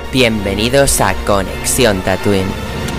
Bienvenidos a Conexión Tatooine.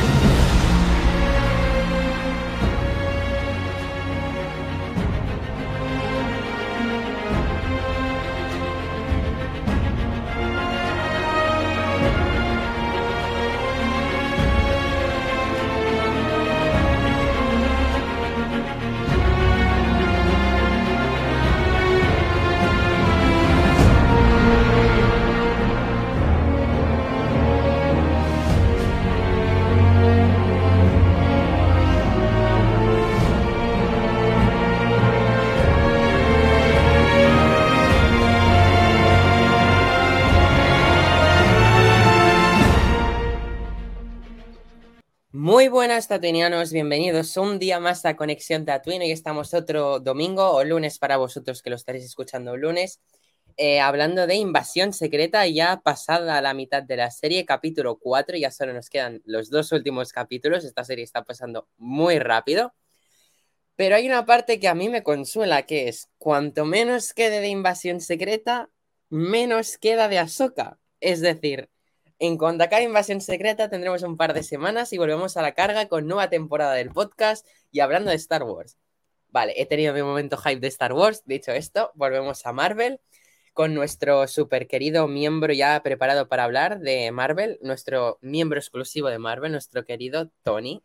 Muy buenas tatooineanos, bienvenidos un día más a Conexión Tatooine. Hoy estamos otro domingo o lunes para vosotros que lo estaréis escuchando lunes, hablando de Invasión Secreta, ya pasada la mitad de la serie, capítulo 4, ya solo nos quedan los dos últimos capítulos. Esta serie está pasando muy rápido, pero hay una parte que a mí me consuela, que es cuanto menos quede de Invasión Secreta, menos queda de Ahsoka. Es decir, en cuanto acabe Invasión Secreta tendremos un par de semanas y volvemos a la carga con nueva temporada del podcast y hablando de Star Wars. Vale, he tenido mi momento hype de Star Wars. Dicho esto, volvemos a Marvel con nuestro súper querido miembro ya preparado para hablar de Marvel, nuestro miembro exclusivo de Marvel, nuestro querido Tony.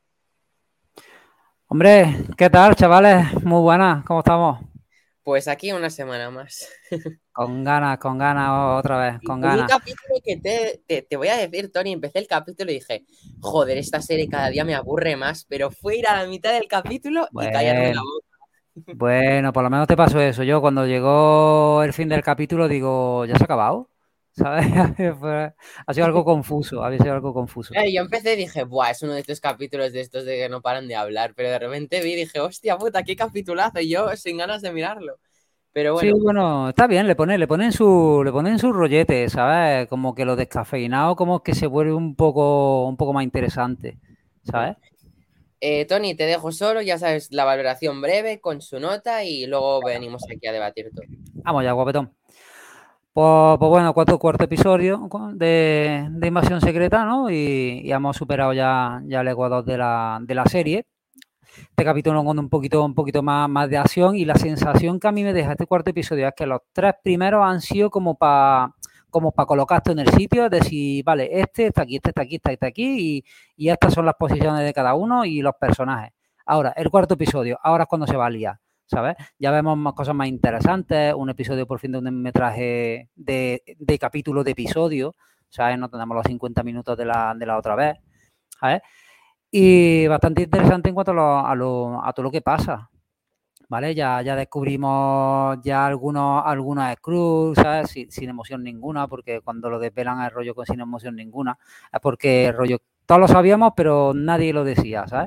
Hombre, ¿qué tal, chavales? Muy buenas, ¿cómo estamos? Pues aquí una semana más. Con ganas, otra vez, con Con un ganas. capítulo que te voy a decir, Tony, empecé el capítulo y dije, joder, esta serie cada día me aburre más, pero fue ir a la mitad del capítulo y callarme la Bueno, boca. bueno, por lo menos te pasó eso. Yo cuando llegó el fin del capítulo digo, ¿ya se ha acabado? ¿Sabes? Ha sido algo confuso, había sido algo confuso. Yo empecé y dije, buah, es uno de estos capítulos de estos de que no paran de hablar, pero de repente vi y dije, hostia puta, qué capitulazo, y yo sin ganas de mirarlo. Pero Sí, bueno, bueno, está bien, le ponen su rollete, ¿sabes? Como que lo descafeinado como que se vuelve un poco más interesante, ¿sabes? Tony, te dejo solo, ya sabes, la valoración breve con su nota y luego venimos aquí a debatir todo. Vamos ya, guapetón. Pues bueno, cuarto episodio de Invasión Secreta, ¿no? Y hemos superado ya el Ecuador de la serie. Este capítulo con un poquito más de acción y la sensación que a mí me deja este cuarto episodio es que los tres primeros han sido como para colocarte en el sitio, es decir, vale, este está aquí, este está aquí, este está aquí y estas son las posiciones de cada uno y los personajes. Ahora, el cuarto episodio, ahora es cuando se va a liar. ¿Sabes? Ya vemos más cosas más interesantes, un episodio por fin de un metraje de capítulo de episodio, ¿sabes? No tenemos los 50 minutos de la otra vez, ¿sabes? Y bastante interesante en cuanto a todo lo que pasa, ¿vale? Ya descubrimos ya algunos screws, ¿sabes? Sin emoción ninguna, porque cuando lo desvelan el rollo con sin emoción ninguna, es porque el rollo todos lo sabíamos, pero nadie lo decía, ¿sabes?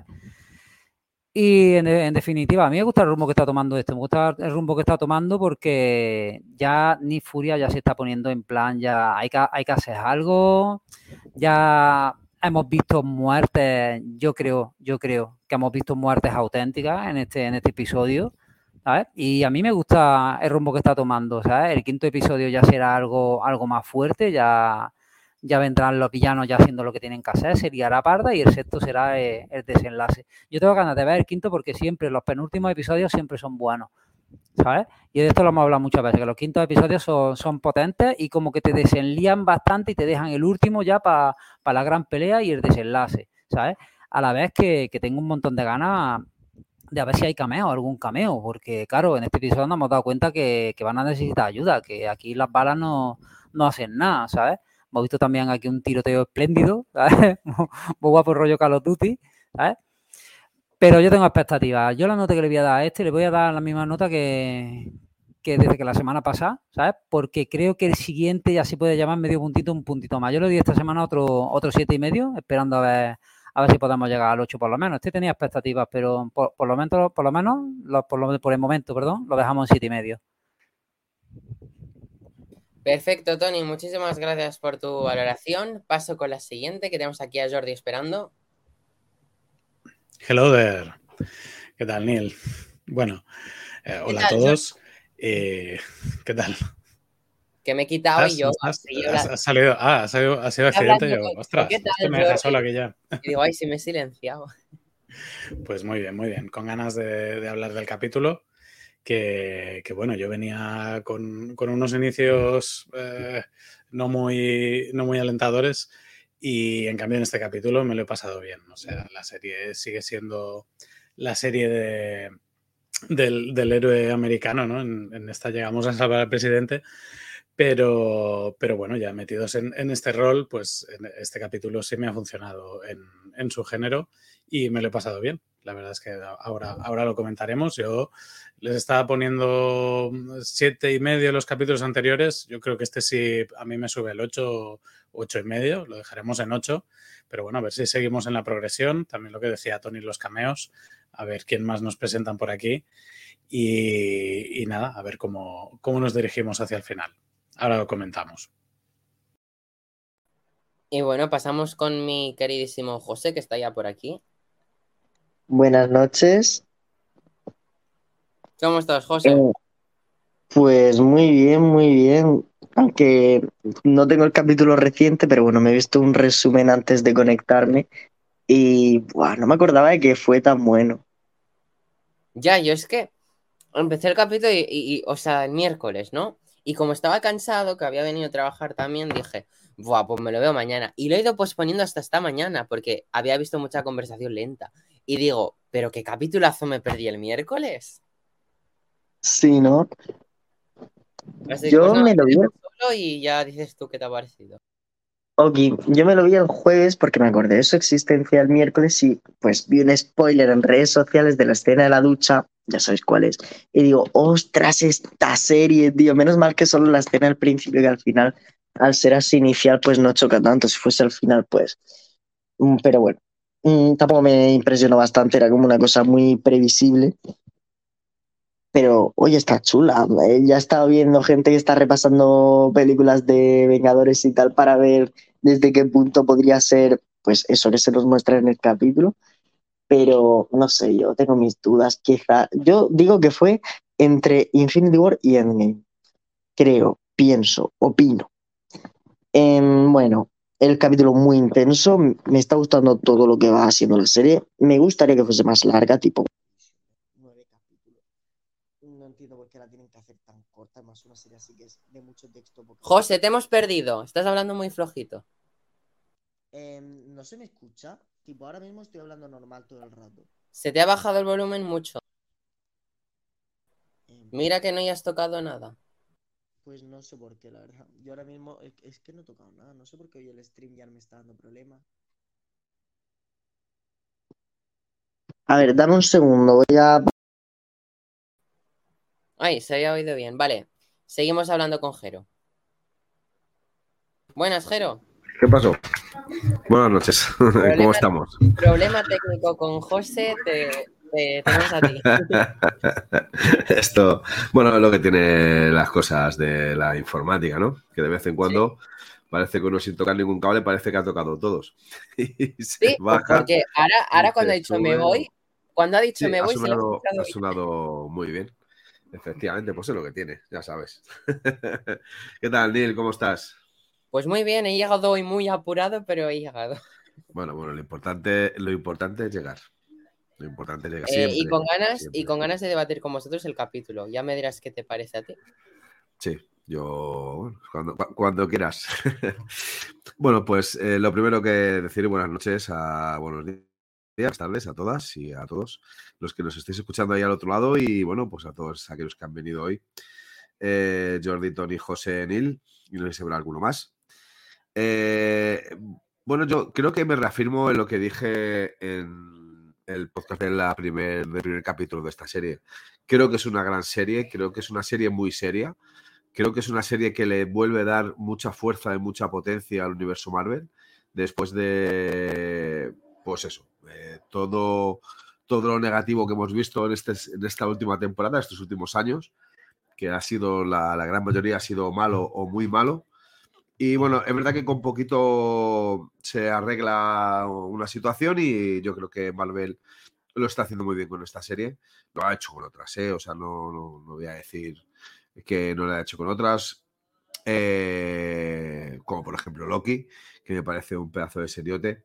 Y en definitiva, a mí me gusta el rumbo que está tomando esto, me gusta el rumbo que está tomando porque ya ni Furia ya se está poniendo en plan, ya hay que hacer algo, ya hemos visto muertes, yo creo que hemos visto muertes auténticas en este episodio, ¿sabes? Y a mí me gusta el rumbo que está tomando, ¿sabes? El quinto episodio ya será algo más fuerte, ya vendrán los villanos ya haciendo lo que tienen que hacer, sería la parda y el sexto será el desenlace. Yo tengo ganas de ver el quinto porque siempre los penúltimos episodios siempre son buenos, ¿sabes? Y de esto lo hemos hablado muchas veces, que los quintos episodios son potentes y como que te desenlían bastante y te dejan el último ya para la gran pelea y el desenlace, ¿sabes? A la vez que tengo un montón de ganas de a ver si hay cameo, algún cameo, porque claro, en este episodio nos hemos dado cuenta que van a necesitar ayuda, que aquí las balas no hacen nada, ¿sabes? Hemos visto también aquí un tiroteo espléndido, ¿sabes? Muy guapo rollo Call of Duty, ¿sabes? Pero yo tengo expectativas. Yo la nota que le voy a dar a este, le voy a dar la misma nota que desde que la semana pasada, ¿sabes? Porque creo que el siguiente ya se puede llamar medio puntito, un puntito más. Yo le di esta semana otro 7,5, esperando a ver si podemos llegar al 8 por lo menos. Este tenía expectativas, pero por lo menos, por el momento, perdón, lo dejamos en 7,5. Perfecto, Tony, muchísimas gracias por tu valoración. Paso con la siguiente, que tenemos aquí a Jordi esperando. Hello there. ¿Qué tal, Neil? Bueno, hola a todos. ¿Qué tal? que me he quitado y yo has sido accidente. Yo, ostras, ¿qué tal, esto me deja Jordi? solo aquí ya. Y digo, ay, si me he silenciado. Pues muy bien, muy bien. Con ganas de hablar del capítulo, que bueno, yo venía con unos inicios no muy alentadores y en cambio en este capítulo me lo he pasado bien. O sea, la serie sigue siendo la serie del héroe americano, ¿no? En esta llegamos a salvar al presidente, pero bueno, ya metidos en este rol, pues en este capítulo sí me ha funcionado en su género y me lo he pasado bien. La verdad es que ahora lo comentaremos. Yo les estaba poniendo 7,5 los capítulos anteriores. Yo creo que este sí a mí me sube el 8,5. Lo dejaremos en 8. Pero bueno, a ver si seguimos en la progresión. También lo que decía Tony, los cameos. A ver quién más nos presentan por aquí. Y nada, a ver cómo nos dirigimos hacia el final. Ahora lo comentamos. Y bueno, pasamos con mi queridísimo José, que está ya por aquí. Buenas noches. ¿Cómo estás, José? Pues muy bien, muy bien. Aunque no tengo el capítulo reciente, pero bueno, me he visto un resumen antes de conectarme y buah, no me acordaba de que fue tan bueno. Ya, yo es que empecé el capítulo o sea, el miércoles, ¿no? Y como estaba cansado, que había venido a trabajar también, dije, buah, pues me lo veo mañana. Y lo he ido posponiendo hasta esta mañana, porque había visto mucha conversación lenta. Y digo, ¿pero qué capitulazo me perdí el miércoles? Sí, ¿no? Así que pues Yo nada, me lo vi. solo y ya dices tú qué te ha parecido. Ok, yo me lo vi el jueves porque me acordé de su existencia el miércoles y pues vi un spoiler en redes sociales de la escena de la ducha, ya sabéis cuál es, y digo, ostras, esta serie, tío, menos mal que solo la escena al principio, que al final, al ser así inicial, pues no choca tanto, si fuese al final, pues, pero bueno, tampoco me impresionó bastante, era como una cosa muy previsible. Pero, oye, está chula. Ya he estado viendo gente que está repasando películas de Vengadores y tal para ver desde qué punto podría ser, pues eso que se nos muestra en el capítulo. Pero no sé, yo tengo mis dudas. Quizá, yo digo que fue entre Infinity War y Endgame. Creo, pienso, opino. Bueno, el capítulo muy intenso. Me está gustando todo lo que va haciendo la serie. Me gustaría que fuese más larga, tipo 9 capítulos. No entiendo por qué la tienen que hacer tan corta, más una serie así que es de mucho texto. José, te hemos perdido. Estás hablando muy flojito. No se me escucha. Tipo, ahora mismo estoy hablando normal todo el rato. Se te ha bajado el volumen mucho. Em, Mira que no hayas tocado nada. Pues no sé por qué, la verdad. Yo ahora mismo es que no he tocado nada. No sé por qué hoy el stream ya me está dando problemas. A ver, dame un segundo. Voy a... Ay, se había oído bien. Vale, seguimos hablando con Jero. Buenas, Jero. ¿Qué pasó? Buenas noches. ¿Cómo estamos? Problema técnico con José, tenemos a ti. Esto, bueno, es lo que tiene las cosas de la informática, ¿no? Que de vez en cuando parece que uno sin tocar ningún cable parece que ha tocado todos. Y se Sí, baja. porque ahora cuando ha se dicho me sube. voy, cuando ha dicho Sí, me voy, se lo ha ha escuchado bien. sonado muy bien. Efectivamente, pues es lo que tiene, ya sabes. ¿Qué tal, Neil? ¿Cómo estás? Pues muy bien, he llegado hoy muy apurado, pero he llegado. Bueno, lo importante es llegar. Lo importante es llegar siempre. Y Siempre. con ganas de debatir con vosotros el capítulo. Ya me dirás qué te parece a ti. Sí, yo cuando quieras. Bueno, pues lo primero que decir buenas noches, buenos días, buenas tardes a todas y a todos los que nos estéis escuchando ahí al otro lado y bueno, pues a todos aquellos que han venido hoy. Jordi, Tony, José, Nil y no sé si habrá alguno más. Bueno, yo creo que me reafirmo en lo que dije en el podcast del primer capítulo de esta serie. Creo que es una gran serie, creo que es una serie muy seria. Creo que es una serie que le vuelve a dar mucha fuerza y mucha potencia al universo Marvel después de, pues eso, todo lo negativo que hemos visto en esta última temporada, estos últimos años, que ha sido la gran mayoría ha sido malo o muy malo. Y bueno, es verdad que con poquito se arregla una situación y yo creo que Marvel lo está haciendo muy bien con esta serie. Lo ha hecho con otras, o sea, no voy a decir que no lo ha hecho con otras. como por ejemplo Loki, que me parece un pedazo de seriote.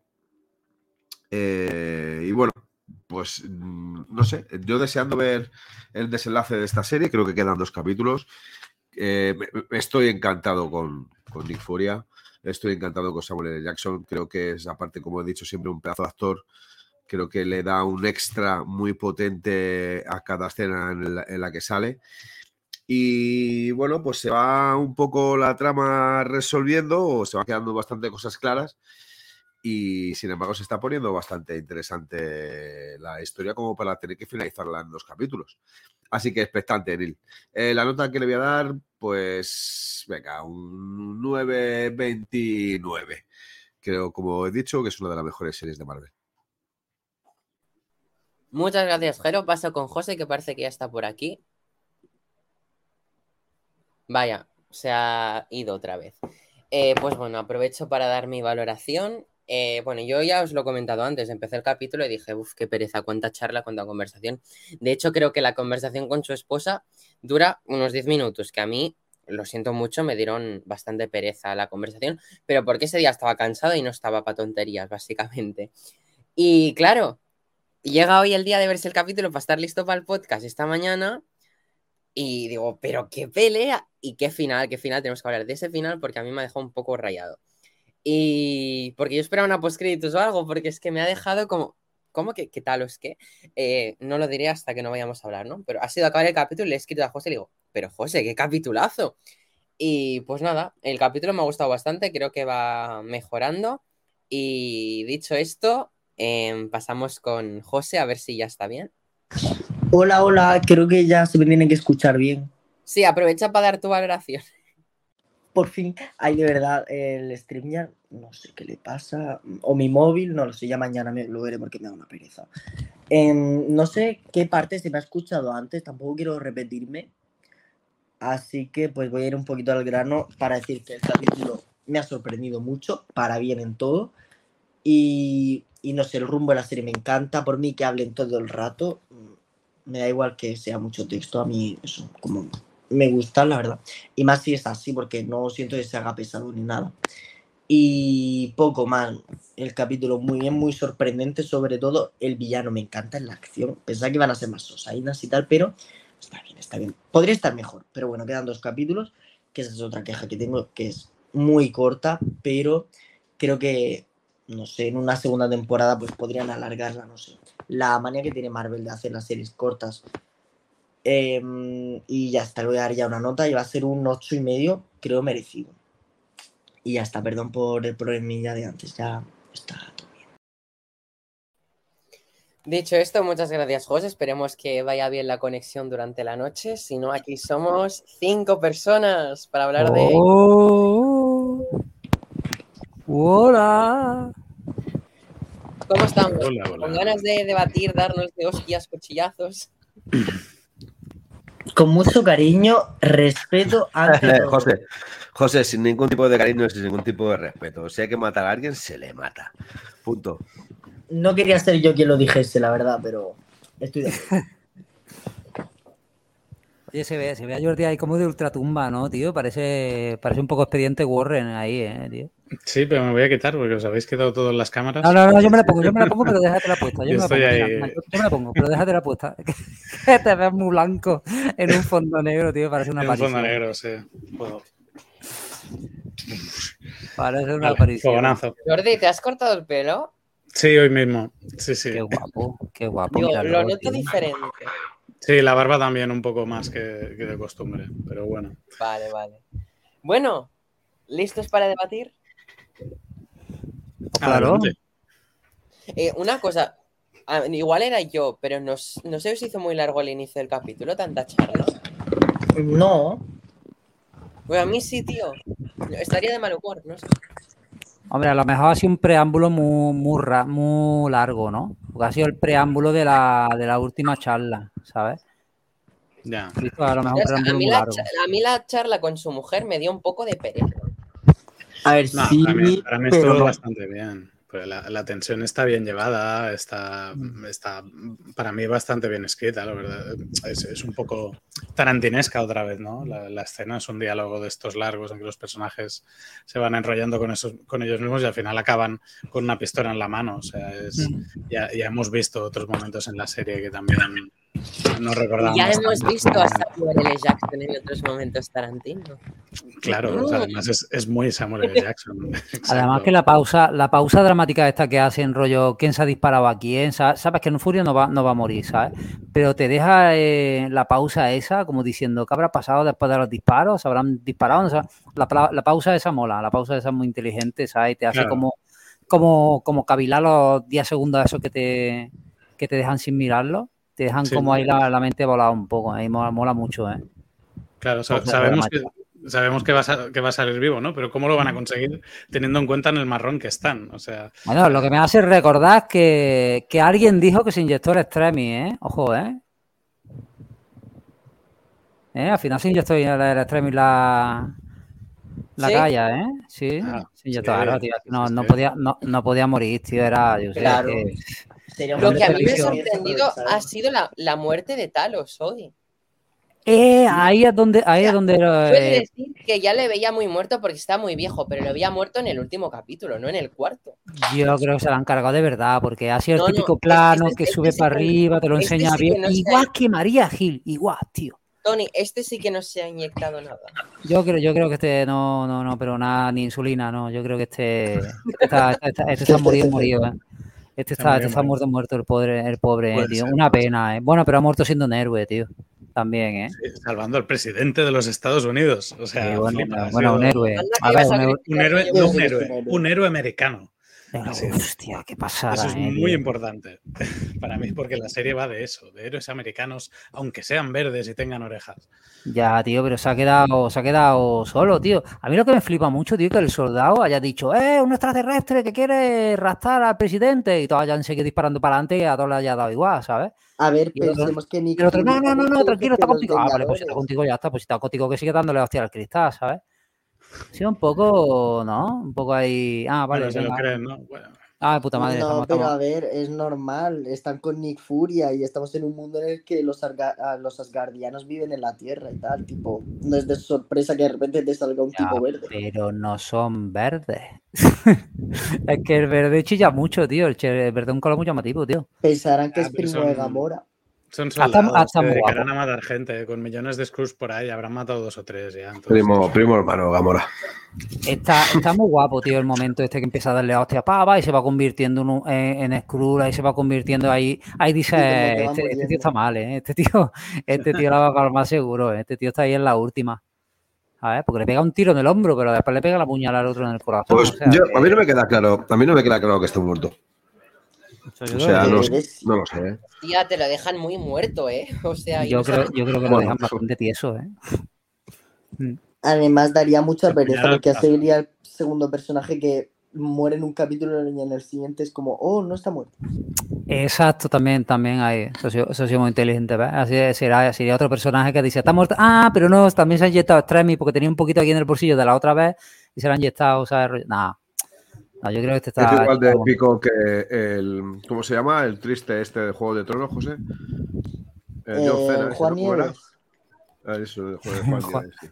Y bueno, pues no sé, yo deseando ver el desenlace de esta serie, creo que quedan 2 capítulos. Estoy encantado con Nick Furia, estoy encantado con Samuel L. Jackson, creo que es, aparte, como he dicho siempre, un pedazo de actor. Creo que le da un extra muy potente a cada escena en la que sale. Y bueno, pues se va un poco la trama resolviendo, o se va quedando bastante cosas claras. Y sin embargo se está poniendo bastante interesante la historia como para tener que finalizarla en 2 capítulos. Así que expectante, Neil. La nota que le voy a dar, pues venga, un 9,29. Creo, como he dicho, que es una de las mejores series de Marvel. Muchas gracias, Jero. Paso con José, que parece que ya está por aquí. Vaya, se ha ido otra vez. Pues bueno, aprovecho para dar mi valoración. Bueno, yo ya os lo he comentado antes, empecé el capítulo y dije, uff, qué pereza, cuánta charla, cuánta conversación. De hecho, creo que la conversación con su esposa dura unos 10 minutos, que a mí, lo siento mucho, me dieron bastante pereza la conversación, pero porque ese día estaba cansado y no estaba para tonterías, básicamente. Y claro, llega hoy el día de verse el capítulo para estar listo para el podcast esta mañana. Y digo, pero qué pelea y qué final, tenemos que hablar de ese final porque a mí me ha dejado un poco rayado. Y porque yo esperaba una postcréditos o algo, porque es que me ha dejado como, ¿cómo que qué tal o es que? No lo diré hasta que no vayamos a hablar, ¿no? Pero ha sido acabar el capítulo y le he escrito a José y le digo, pero José, qué capitulazo. Y pues nada, el capítulo me ha gustado bastante, creo que va mejorando. Y dicho esto, pasamos con José a ver si ya está bien. Hola, hola, creo que ya se me tiene que escuchar bien. Sí, aprovecha para dar tu valoración. Por fin, hay de verdad el stream ya, no sé qué le pasa, o mi móvil, no lo sé, ya mañana lo veré porque me da una pereza. No sé qué parte se me ha escuchado antes, tampoco quiero repetirme, así que pues voy a ir un poquito al grano para decir que el capítulo me ha sorprendido mucho, para bien en todo, y no sé, el rumbo de la serie me encanta, por mí que hablen todo el rato, me da igual que sea mucho texto, a mí eso, como me gusta, la verdad. Y más si es así, porque no siento que se haga pesado ni nada. Y poco más. El capítulo muy bien, muy sorprendente, sobre todo el villano me encanta en la acción. Pensaba que iban a ser más sosainas y tal, pero está bien, está bien. Podría estar mejor, pero bueno, quedan 2 capítulos, que esa es otra queja que tengo, que es muy corta, pero creo que, no sé, en una segunda temporada pues podrían alargarla, no sé. La manía que tiene Marvel de hacer las series cortas. Y ya está, le voy a dar ya una nota y va a ser un 8,5, creo merecido. Y ya está, perdón por el problemilla de antes, ya está todo bien. Dicho esto, muchas gracias, José. Esperemos que vaya bien la conexión durante la noche. Si no, aquí somos 5 personas para hablar de... ¡Hola! ¿Cómo estamos? Hola, hola. ¿Con ganas de debatir, darnos de hostias, cuchillazos? Con mucho cariño, respeto ante todo. José, sin ningún tipo de cariño, sin ningún tipo de respeto. Si hay que matar a alguien, se le mata. Punto. No quería ser yo quien lo dijese, la verdad, pero estoy de acuerdo. Oye, se ve a Jordi ahí como de ultratumba, ¿no, tío? Parece un poco Expediente Warren ahí, tío. Sí, pero me voy a quitar porque os habéis quedado todas las cámaras. No, yo me la pongo, pero déjatela puesta. Yo estoy ahí. Yo me la pongo, pero déjatela puesta. Que te ves muy blanco en un fondo negro, tío, parece una aparición. En un fondo negro, sí. Puedo. Parece una aparición. Fogonazo. Jordi, ¿te has cortado el pelo? Sí, hoy mismo. Sí, sí. Qué guapo. Yo Míralo, lo noto tío. diferente. Sí, la barba también un poco más que de costumbre, pero bueno. Vale. Bueno, ¿listos para debatir? Claro. Adelante. Una cosa, igual era yo, pero no sé si os hizo muy largo el inicio del capítulo, tanta charla. No. Pues a mí sí, tío. Estaría de mal humor, no sé. Hombre, a lo mejor ha sido un preámbulo muy largo, ¿no? Porque ha sido el preámbulo de la última charla, ¿sabes? Ya. A lo mejor un preámbulo muy largo. A mí la charla con su mujer me dio un poco de pereza. A ver, No, sí, para mí pero estuvo no. bastante bien. Pero la tensión está bien llevada, está para mí bastante bien escrita, la verdad. Es un poco tarantinesca otra vez, ¿no? La escena es un diálogo de estos largos en que los personajes se van enrollando con ellos mismos y al final acaban con una pistola en la mano. O sea, ya hemos visto otros momentos en la serie que también no recordamos. Ya hemos visto a Samuel L. Jackson en otros momentos Tarantino. Claro, o sea, además es muy Samuel L. Jackson. Además que la pausa dramática esta que hace en rollo quién se ha disparado a quién, sabes que en un Furio no va a morir, ¿sabes? Pero te deja la pausa esa como diciendo ¿qué habrá pasado después de los disparos? ¿Se habrán disparado? O sea, la pausa esa mola, la pausa esa es muy inteligente, ¿sabes? Y te hace como cavilar los 10 segundos esos que te dejan sin mirarlo. Te dejan como ahí la mente volada un poco, ahí mola mucho, ¿eh? Claro, sabemos que va a salir vivo, ¿no? Pero ¿cómo lo van a conseguir teniendo en cuenta en el marrón que están? O sea... Bueno, lo que me hace recordar que alguien dijo que se inyectó el Extremis, ¿eh? Ojo, ¿eh? Al final se inyectó el Extremis la ¿Sí? calla, ¿eh? Sí, se inyectó, claro, tío. No podía morir, tío, yo claro. sé que... Lo que a mí me ha sorprendido ha sido la muerte de Talos hoy. Ahí es donde... Puede decir que ya le veía muy muerto porque está muy viejo, pero lo había muerto en el último capítulo, no en el cuarto. Yo creo que se lo han cargado de verdad, porque ha sido el típico plano que sube para arriba, te lo enseña bien. Igual que María Gil, igual, tío. Tony, este sí que no se ha inyectado nada. Yo creo que este no, pero nada, ni insulina, no. Yo creo que este está morido, ¿eh? Este está muerto el pobre, tío. Una pena, ¿eh? Bueno, pero ha muerto siendo un héroe, tío. También, ¿eh? Sí, salvando al presidente de los Estados Unidos. O sea, un héroe. Un héroe americano. Hostia, qué pasada. Eso es muy importante para mí, porque la serie va de eso, de héroes americanos, aunque sean verdes y tengan orejas. Ya, tío, pero se ha quedado solo, tío. A mí lo que me flipa mucho, tío, que el soldado haya dicho, un extraterrestre que quiere raptar al presidente, y todos hayan seguido disparando para adelante y a todos les haya dado igual, ¿sabes? A ver, pensemos que Nick... El otro, no, tranquilo, está contigo. Vale, pues si está contigo ya está, pues si está contigo que sigue dándole hostia al cristal, ¿sabes? Sí, un poco, ¿no? Un poco ahí... vale. Bueno, se lo creen, ¿no? Bueno. Puta madre. No, pero a ver, es normal. Están con Nick Furia y estamos en un mundo en el que los asgardianos viven en la Tierra y tal. Tipo, no es de sorpresa que de repente te salga un tipo verde. Pero no son verdes. Es que el verde chilla mucho, tío. El verde es un color muy llamativo, tío. Pensarán que es primo de Gamora. Son soldados que dedicarán a matar gente. Con millones de Skrulls por ahí habrán matado 2 o 3 ya. Entonces, primo hermano, Gamora. Está muy guapo, tío, el momento este que empieza a darle hostia pava y se va convirtiendo en Skrull, ahí se va convirtiendo ahí dice, este tío está mal, ¿eh? Este tío la va a calmar seguro, ¿eh? Este tío está ahí en la última. A ver, porque le pega un tiro en el hombro, pero después le pega la puñalada al otro en el corazón. Pues a mí no me queda claro que esté muerto. O sea, no lo sé, ¿eh? Tía, te lo dejan muy muerto, ¿eh? O sea, yo creo que lo dejan bastante tieso, ¿eh? Además, daría mucha pereza porque así sería el segundo personaje que muere en un capítulo y en el siguiente es como, no está muerto. Exacto, también hay. Eso ha sido muy inteligente, ¿ves? Así sería otro personaje que dice, está muerto. Pero no, también se ha inyectado Extremis porque tenía un poquito aquí en el bolsillo de la otra vez y se lo han inyectado, ¿sabes? Nada. No, yo creo que está... Es igual de épico que ¿cómo se llama? El triste de Juego de Tronos, José. Juan Nieves. Eso, de Juan Nieves, sí.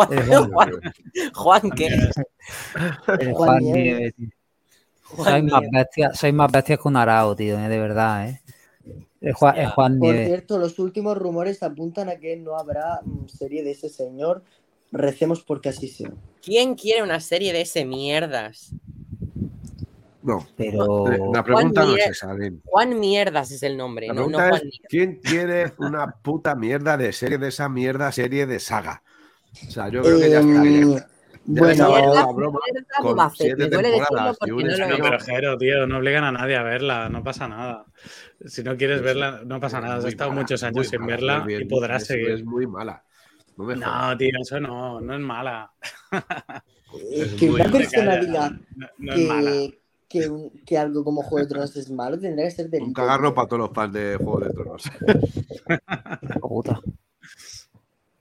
Juan, ¿qué? Juan Nieves, tío. Sois más bestias que un arao, tío, de verdad, ¿eh? Es Juan Nieves. Por cierto, los últimos rumores apuntan a que no habrá serie de ese señor. Recemos porque así sea. ¿Quién quiere una serie de ese mierdas? No, pero la pregunta no es esa, Lin. Juan Mierdas es el nombre, la no Juan es, ¿quién quiere una puta mierda de serie de esa mierda serie de saga? O sea, yo creo que ya está bien. Bueno, la broma con 7 temporadas y un pero Jero, tío, no obligan a nadie a verla, no pasa nada. Si no quieres verla, no pasa nada. Has estado muchos años sin verla y podrás seguir. Es muy mala. No, tío, eso no es mala. Que una persona diga no es mala. Que algo como Juego de Tronos es malo, tendría que ser delito. Un cagarro para todos los fans de Juego de Tronos.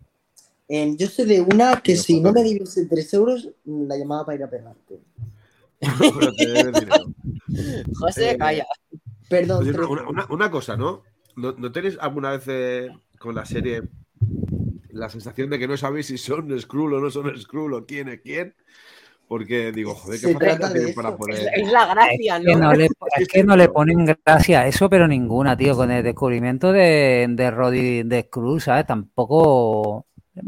Yo sé de una que si no me diese 3 euros, la llamaba para ir a pegarte. Pero te debe dinero. José, calla. Perdón, Oye, pero- una cosa, ¿no? ¿No tenéis alguna vez con la serie la sensación de que no sabéis si son Skrull o no son Skrull o quién es quién? Porque digo, joder, Se qué trata facilidad de tienen para eso. poner. Es la gracia, Es que ¿no? no le, Sí, es sí, que no le pero- ponen gracia a eso, pero ninguna, tío, con el descubrimiento de Roddy de Skrull, ¿sabes? Tampoco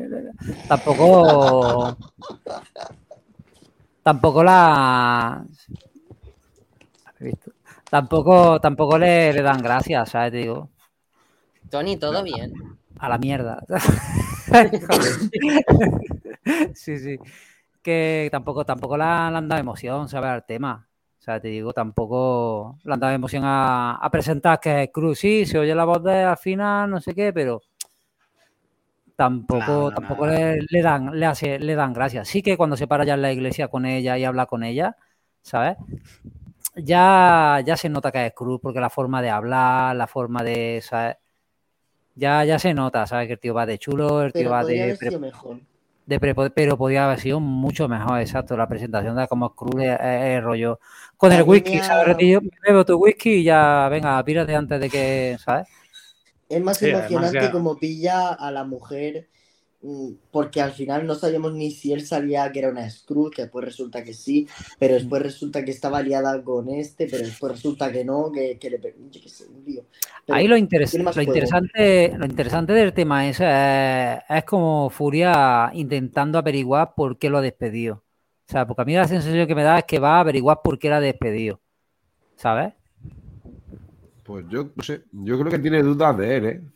la tampoco le dan gracia, ¿sabes? Te digo, Tony, ¿todo bien? a la mierda. Sí, sí. Que tampoco le han dado emoción, ¿sabes? Al tema. O sea, te digo, tampoco le han dado emoción a presentar que es Cruz. Sí, se oye la voz de al final, no sé qué, pero tampoco No. le dan gracias. Sí que cuando se para ya en la iglesia con ella y habla con ella, ¿sabes? Ya se nota que es Cruz, porque la forma de hablar, la forma de, ¿sabes? Ya se nota, ¿sabes? Que el tío va de chulo, el tío Pero va podría haber sido mejor. pero podía haber sido mucho mejor, exacto. La presentación de como Skrull es rollo. Con el A mí whisky, me ¿sabes? ha- Yo me bebo tu whisky y ya, venga, pírate antes de que, ¿sabes? Es más Sí, además emocionante ya- como pilla a la mujer, porque al final no sabíamos ni si él sabía que era una Skrull, que después resulta que sí, pero después resulta que estaba liada con pero después resulta que no, que yo qué sé, un lío. Pero Ahí tiene más juego. lo interesante del tema es como Furia intentando averiguar por qué lo ha despedido. O sea, porque a mí la sensación que me da es que va a averiguar por qué lo ha despedido. ¿Sabes? Pues yo no sé, yo creo que tiene dudas de él, ¿eh?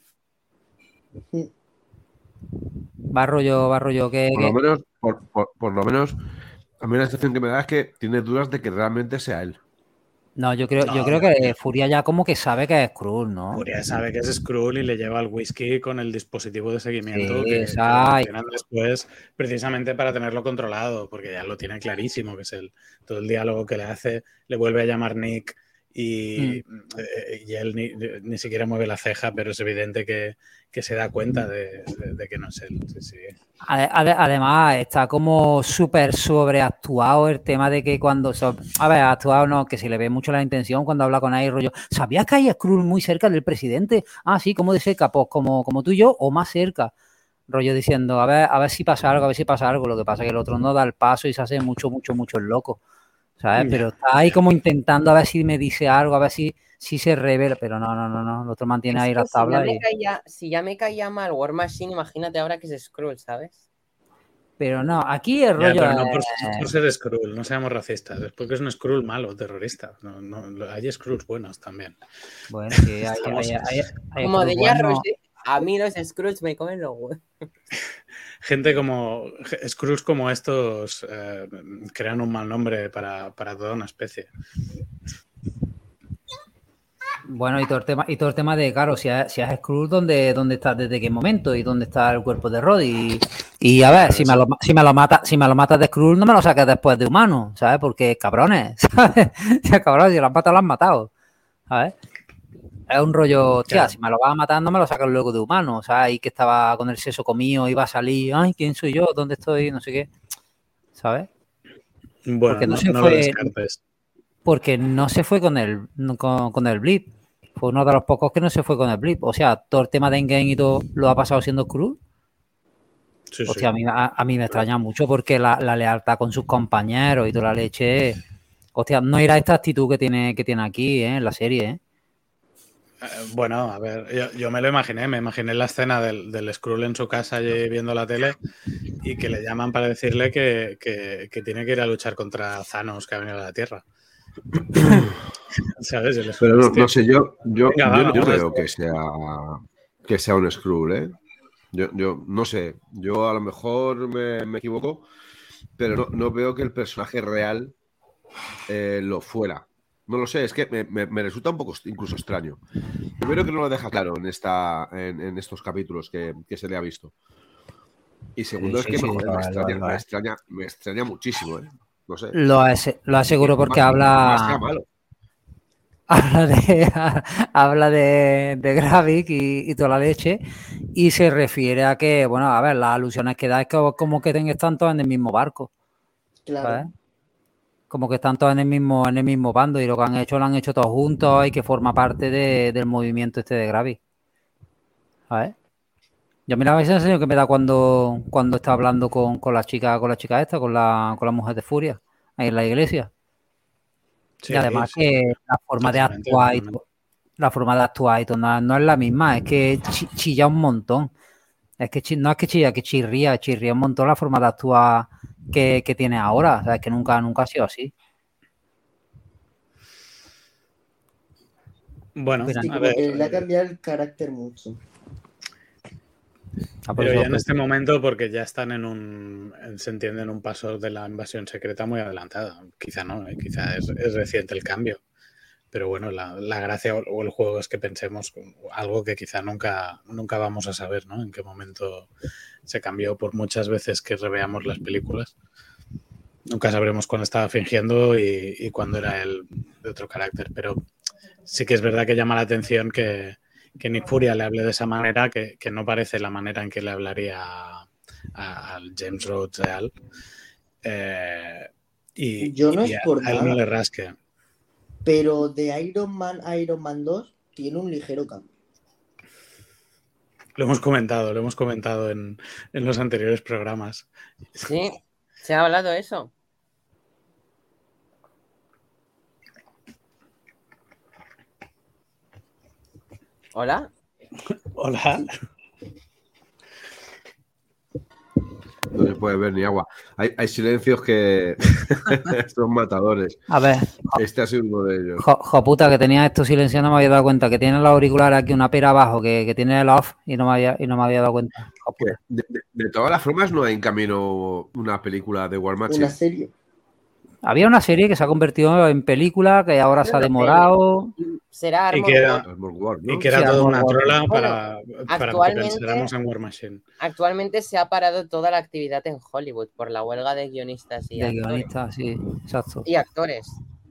Va rollo Por lo menos, por lo menos, a mí la sensación que me da es que tiene dudas de que realmente sea él. No, yo creo No, que Furia ya como que sabe que es Skrull, ¿no? Furia sabe que es Skrull y le lleva el whisky con el dispositivo de seguimiento Sí, que exacto. tienen después, precisamente para tenerlo controlado, porque ya lo tiene clarísimo, que es todo el diálogo que le hace, le vuelve a llamar Nick y él ni siquiera mueve la ceja, pero es evidente que se da cuenta de que no es él. Sí, sí. Además, está como súper sobreactuado el tema de que a ver, actuado no, que se le ve mucho la intención cuando habla con ahí, rollo, ¿sabías que hay Skrull muy cerca del presidente? Ah, sí, ¿cómo de cerca? Pues como tú y yo, o más cerca. Rollo diciendo, a ver si pasa algo, a ver si pasa algo. Lo que pasa es que el otro no da el paso y se hace mucho el loco, ¿sabes? Pero está ahí como intentando a ver si me dice algo, a ver si se revela, pero no, el otro mantiene ahí las tablas. Si ya me caía mal War Machine, imagínate ahora que es Skrull, ¿sabes? Pero no, aquí el Ya, rollo pero no por ser Skrull, no seamos racistas. Es porque es un Skrull malo, terrorista. Hay Skrulls buenos también. Bueno, sí, Como Skrull de bueno. a mí los Skrulls me comen los huevos. Gente como Skrulls como estos crean un mal nombre para toda una especie. Bueno, y todo el tema de, claro, si es Skrull, ¿dónde está, desde qué momento y dónde está el cuerpo de Roddy? Y a ver, si me lo matas de Skrull, no me lo saques después de humano, ¿sabes? Porque cabrones, ¿sabes? Ya, cabrones, si lo han matado, ¿sabes? Es un rollo, tía, Claro. si me lo vas a matar, no me lo sacas luego de humano, ¿sabes? Y que estaba con el seso comido, iba a salir, ay, ¿quién soy yo? ¿Dónde estoy? No sé qué, ¿sabes? Bueno, Porque no lo descartes. Porque no se fue con el Blip. Fue uno de los pocos que no se fue con el Blip. O sea, todo el tema de Endgame y todo lo ha pasado siendo Skrull. Sí, Hostia, sí. a mí me extraña mucho porque la lealtad con sus compañeros y toda la leche. Hostia, no era esta actitud que tiene aquí, en la serie, Bueno, a ver, yo me lo imaginé, la escena del Skrull en su casa allí viendo la tele y que le llaman para decirle que tiene que ir a luchar contra Thanos que ha venido a la Tierra. ¿Sabes? Pero no sé, yo Venga, no vamos, creo que sea un Skrull, ¿eh? Yo no sé, yo a lo mejor me equivoco, pero no veo que el personaje real lo fuera. No lo sé, es que me resulta un poco incluso extraño. Primero que no lo deja claro en estos capítulos que se le ha visto. Y segundo es que me extraña muchísimo, ¿eh? No sé. Lo aseguro porque Más habla sea malo. habla de Gravik y toda la leche y se refiere a que, bueno, a ver, las alusiones que da es que como que están todos en el mismo barco. Claro. ¿sabes? como que están todos en el mismo bando y lo que han hecho lo han hecho todos juntos y que forma parte del movimiento este de Gravis. ¿Sabes? Yo mira esa sensación que me da cuando está hablando con la chica esta, con la mujer de Furia, ahí en la iglesia. Sí, y además sí, que la forma de totalmente, actuar y totalmente. todo, la forma de actuar y todo no es la misma, es que chilla un montón. Es que no es que chilla, que chirría un montón la forma de actuar que tiene ahora. O sea, es que nunca ha sido así. Bueno, Mira, Sí, a como ver, que le ha cambiado el carácter mucho. por pero eso, ya en este momento porque ya están se entiende en un paso de la invasión secreta muy adelantado. Quizá no, quizá es reciente el cambio. Pero bueno, la gracia o el juego es que pensemos algo que quizá nunca vamos a saber, ¿no? En qué momento se cambió por muchas veces que reveamos las películas. Nunca sabremos cuándo estaba fingiendo y cuándo era él de otro carácter. Pero sí que es verdad que llama la atención que Nick Furia le hable de esa manera, que no parece la manera en que le hablaría al James Rhodes real. Yo no Y es por a él no nada, le rasque. pero de Iron Man a Iron Man 2 tiene un ligero cambio. Lo hemos comentado en los anteriores programas. Sí, se ha hablado de eso. ¿Hola? Hola. No se puede ver ni agua. Hay silencios que son matadores. a ver, Este ha sido uno de ellos. puta, que tenía esto silenciado, no me había dado cuenta, que tiene el auricular aquí una pera abajo, que tiene el off y no me había dado cuenta. Que de todas las formas, no hay en camino una película de War Machine. Una serie. Había una serie que se ha convertido en película, que ahora se ha demorado. Será Y Armor que Wars. era, War, ¿no? y que era Sí, toda Armor una Wars. trola Bueno, para que actualmente- pensáramos en War Machine. Actualmente se ha parado toda la actividad en Hollywood por la huelga de guionistas y De actores. guionista, sí, exacto. Y actores.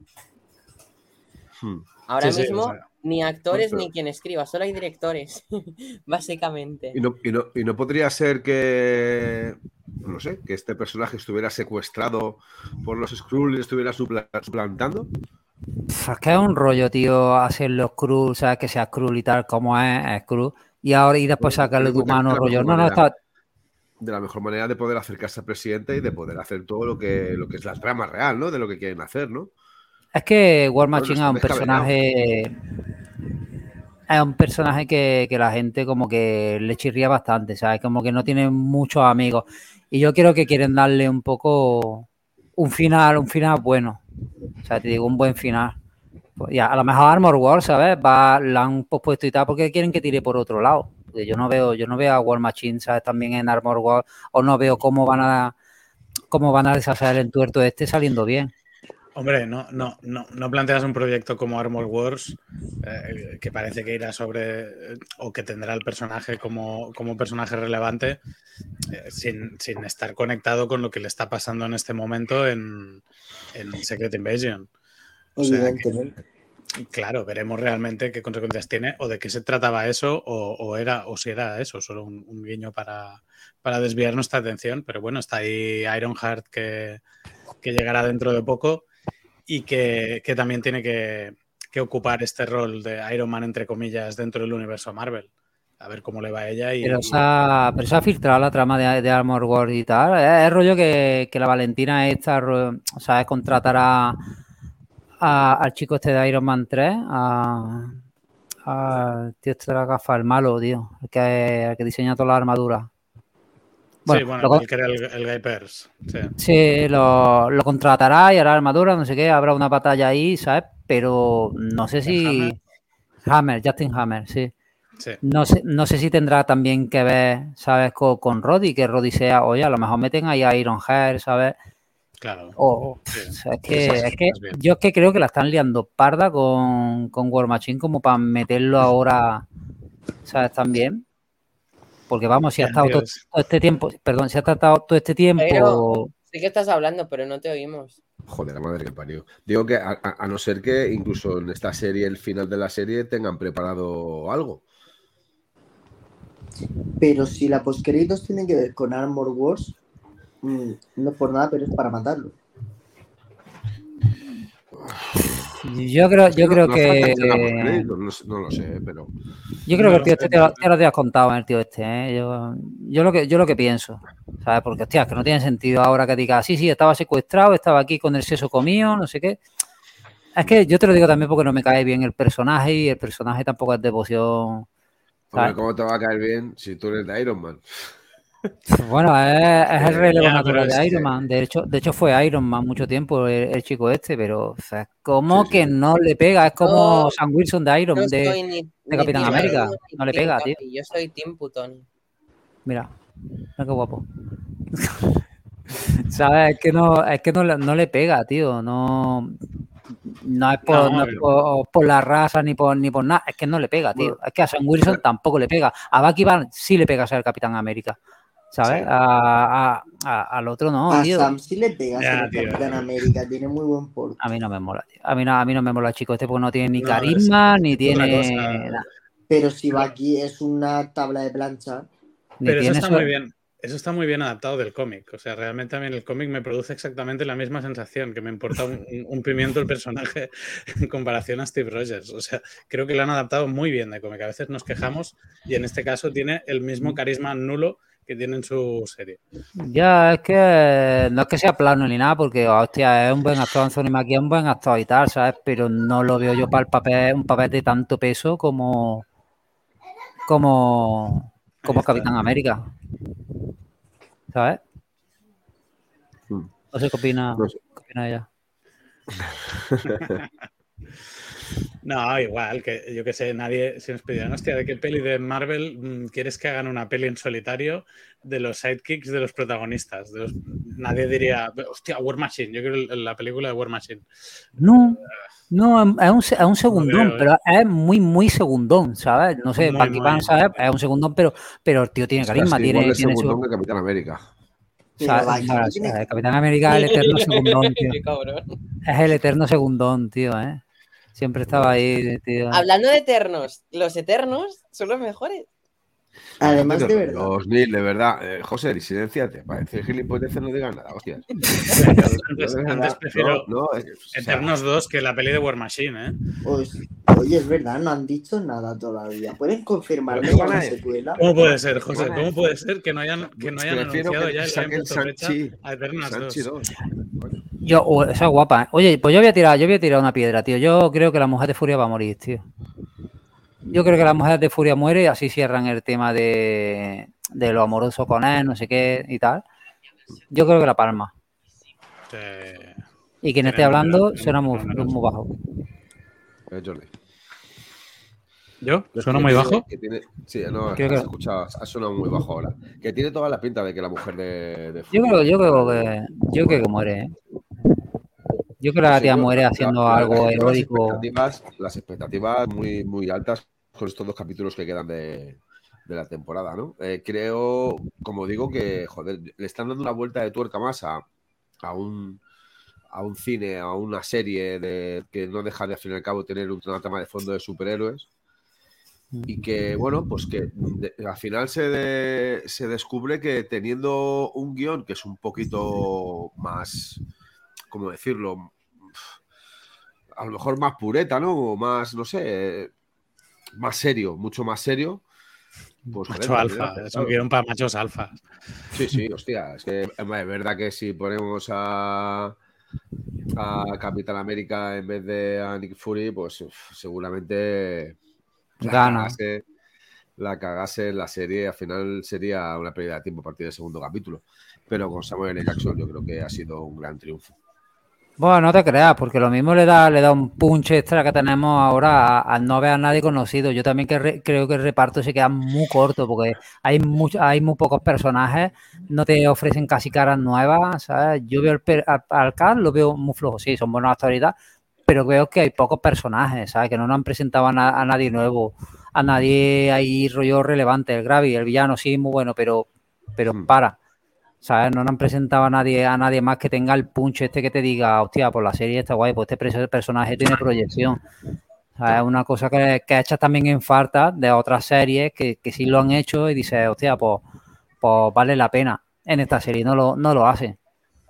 Ahora Sí, mismo o sea, ni actores pero- ni quien escriba, solo hay directores, básicamente. Y no podría ser que, no sé, que este personaje estuviera secuestrado por los Skrull y estuviera suplantando. Es que es un rollo, tío, hacer los Skrull, o sea, que sea Skrull y tal, como es Skrull. Y después sacarle de humano rollo. No, está. De la mejor manera de poder acercarse al presidente y de poder hacer todo lo que es la trama real, ¿no? De lo que quieren hacer, ¿no? Es que War Bueno, Machine está es un descabellado. personaje. Es un personaje que la gente como que le chirría bastante, ¿sabes? Como que no tiene muchos amigos. Y yo creo que quieren darle un poco un final bueno. O sea, te digo, un buen final. Pues ya, a lo mejor Armor Wars, ¿sabes? La han pospuesto y tal porque quieren que tire por otro lado. Porque yo no veo a War Machine, ¿sabes? También en Armor Wars, o no veo cómo van a deshacer el entuerto este saliendo bien. Hombre, no planteas un proyecto como Armor Wars que parece que irá sobre o que tendrá el personaje como personaje relevante sin estar conectado con lo que le está pasando en este momento en Secret Invasion. O sea, Evidentemente. claro, veremos realmente qué consecuencias tiene o de qué se trataba eso o si era eso, solo un guiño para desviar nuestra atención. Pero bueno, está ahí Ironheart que llegará dentro de poco y que también tiene que ocupar este rol de Iron Man, entre comillas, dentro del universo Marvel. A ver cómo le va a ella. Pero se ha filtrado la trama de Armor Wars y tal. Es el rollo que la Valentina esta, o sea, es contratar al chico este de Iron Man 3, al tío este de la gafa, el malo, tío, el que diseña toda la armadura. Bueno, sí, bueno, el que era el Guy Pearce. Sí, lo contratará y hará armadura, no sé qué, habrá una batalla ahí, ¿sabes? Pero no sé si... Justin Hammer, sí. Sí. No sé si tendrá también que ver, ¿sabes? Con Roddy, que Roddy sea, oye, a lo mejor meten ahí a Ironheart, ¿sabes? Claro. Sí. Es que yo creo que la están liando parda con War Machine como para meterlo ahora, ¿sabes? También. Porque vamos, si ha estado todo este tiempo, perdón, si ha tratado todo este tiempo... Pero sí que estás hablando, pero no te oímos. Joder, la madre que parió. Digo que a no ser que incluso en esta serie, el final de la serie, tengan preparado algo. Pero si la postcréditos tienen que ver con Armor Wars, no es por nada, pero es para matarlo. Yo creo no que... hace la mujer, no lo sé, pero... Yo creo que el tío este te lo has contado en el tío este, ¿eh? Yo lo que pienso, ¿sabes? Porque, hostia, que no tiene sentido ahora que diga, sí, estaba secuestrado, estaba aquí con el seso comido, no sé qué. Es que yo te lo digo también porque no me cae bien el personaje y el personaje tampoco es devoción. Hombre, ¿cómo te va a caer bien si tú eres de Iron Man? Bueno, es el relevo natural de es Iron que- Man. De hecho fue Iron Man mucho tiempo el chico este, pero o sea, como Sí, que sí. no le pega. Es como Yo Sam Wilson de no Iron soy de ni Capitán Team Claro. América. Iron ni No le Team pega, tío. Capi, yo soy Team Putoni. Mira qué guapo. ¿Sabes? Es que no le pega, tío. No es por la raza ni por nada. Es que no le pega, tío. Bueno, Es que a Sam Wilson tampoco le pega. A Bucky Barnes sí le pega ser el Capitán América. ¿Sabes? Sí. Al otro no, A tío. Sam sí le pega Ya, ser el tío. Capitán América, tiene muy buen porte. A mí no me mola, tío. A mí no me mola el chico este porque no tiene ni No, carisma, ni es otra tiene cosa. nada. Pero si va aquí es una tabla de plancha. Ni Pero eso tiene está eso. muy bien. Eso está muy bien adaptado del cómic. O sea, realmente a mí el cómic me produce exactamente la misma sensación, que me importa un pimiento el personaje en comparación a Steve Rogers. O sea, creo que lo han adaptado muy bien de cómic. A veces nos quejamos y en este caso tiene el mismo carisma nulo que tiene en su serie. Ya, es que no es que sea plano ni nada, porque, hostia, es un buen actor, Anthony Mackie es un buen actor y tal, ¿sabes? Pero no lo veo yo para el papel, un papel de tanto peso como Ahí está. Capitán América. ¿Sabes? Mm. No sé qué opina, No sé. qué opina ella. No, igual, que yo que sé, nadie, si nos pidieran, hostia, ¿de qué peli de Marvel quieres que hagan una peli en solitario de los sidekicks de los protagonistas? Nadie diría, hostia, War Machine, yo creo la película de War Machine. No, es un segundón, creo, ¿eh? pero es muy segundón, ¿sabes? No sé, Muy, Bucky muy. Barnes, ¿sabes? Es un segundón, pero el tío tiene Es carisma, casi igual de tiene segundón su... que Capitán América. Pero ¿sabes? Bucky Bueno, no tiene- el Capitán América es el eterno segundón, tío. Qué cabrón. Es el eterno segundón, tío, ¿eh? Siempre estaba ahí, tío. Hablando de eternos, los eternos son los mejores. Además, Déjate de de verdad. rollos, Neil, de verdad. José, disidenciate. Para decir gilipolleces no digas nada, hostias. Antes prefiero No, Eternos 2 que la peli de War Machine, ¿eh? Oye, es verdad, no han dicho nada todavía. ¿Pueden confirmarme Pero ya una ¿qué van a secuela? ¿Cómo puede ser, José? Bueno, ¿Cómo puede ser que no hayan prefiero anunciado que ya y le hayan saquen puesto fecha Sanchi, a Eternos Sanchi 2? 2. Esa es guapa, ¿eh? Oye, pues yo voy a tirar una piedra, tío. Yo creo que la mujer de Furia va a morir, tío. Yo creo que la mujer de Furia muere y así cierran el tema de lo amoroso con él, no sé qué y tal. Yo creo que la palma. Y quien esté hablando suena muy bajo. Jordi. ¿Yo? ¿Suena muy bajo? Sí, no, has escuchado, ha sonado muy bajo ahora. Que tiene toda la pinta de que la mujer de Furia... Yo creo que muere, ¿eh? Yo creo que la tía muere haciendo algo heroico. Las expectativas muy, muy altas con estos 2 capítulos que quedan de la temporada, ¿no? Creo, como digo, que, joder, le están dando una vuelta de tuerca más a un cine, a una serie que no deja de, al fin y al cabo, tener una trama de fondo de superhéroes. Y que, bueno, pues que al final se descubre que teniendo un guión que es un poquito más, ¿cómo decirlo? A lo mejor más pureta, ¿no? O más, no sé, más serio, mucho más serio. Pues, macho alfa, es un guión para machos alfa. Sí, hostia, es que es verdad que si ponemos a Capitán América en vez de a Nick Fury, pues seguramente gana. La cagase en la serie, al final sería una pérdida de tiempo a partir del segundo capítulo. Pero con Samuel L. Jackson yo creo que ha sido un gran triunfo. Bueno, no te creas, porque lo mismo le da un punch extra que tenemos ahora al no ver a nadie conocido. Yo también creo que el reparto se queda muy corto, porque hay muy pocos personajes, no te ofrecen casi caras nuevas, ¿sabes? Yo veo al cast, lo veo muy flojo, sí, son buenas actores, pero veo que hay pocos personajes, ¿sabes? Que no nos han presentado a nadie nuevo, a nadie ahí rollo relevante. El Gravy, el villano, sí, muy bueno, pero para. ¿Sabes? No nos han presentado a nadie más que tenga el punch este que te diga, hostia, pues la serie está guay, pues este personaje tiene proyección. ¿Sabes? Es una cosa que echas también en falta de otras series que sí lo han hecho y dices, hostia, pues vale la pena. En esta serie no lo hace.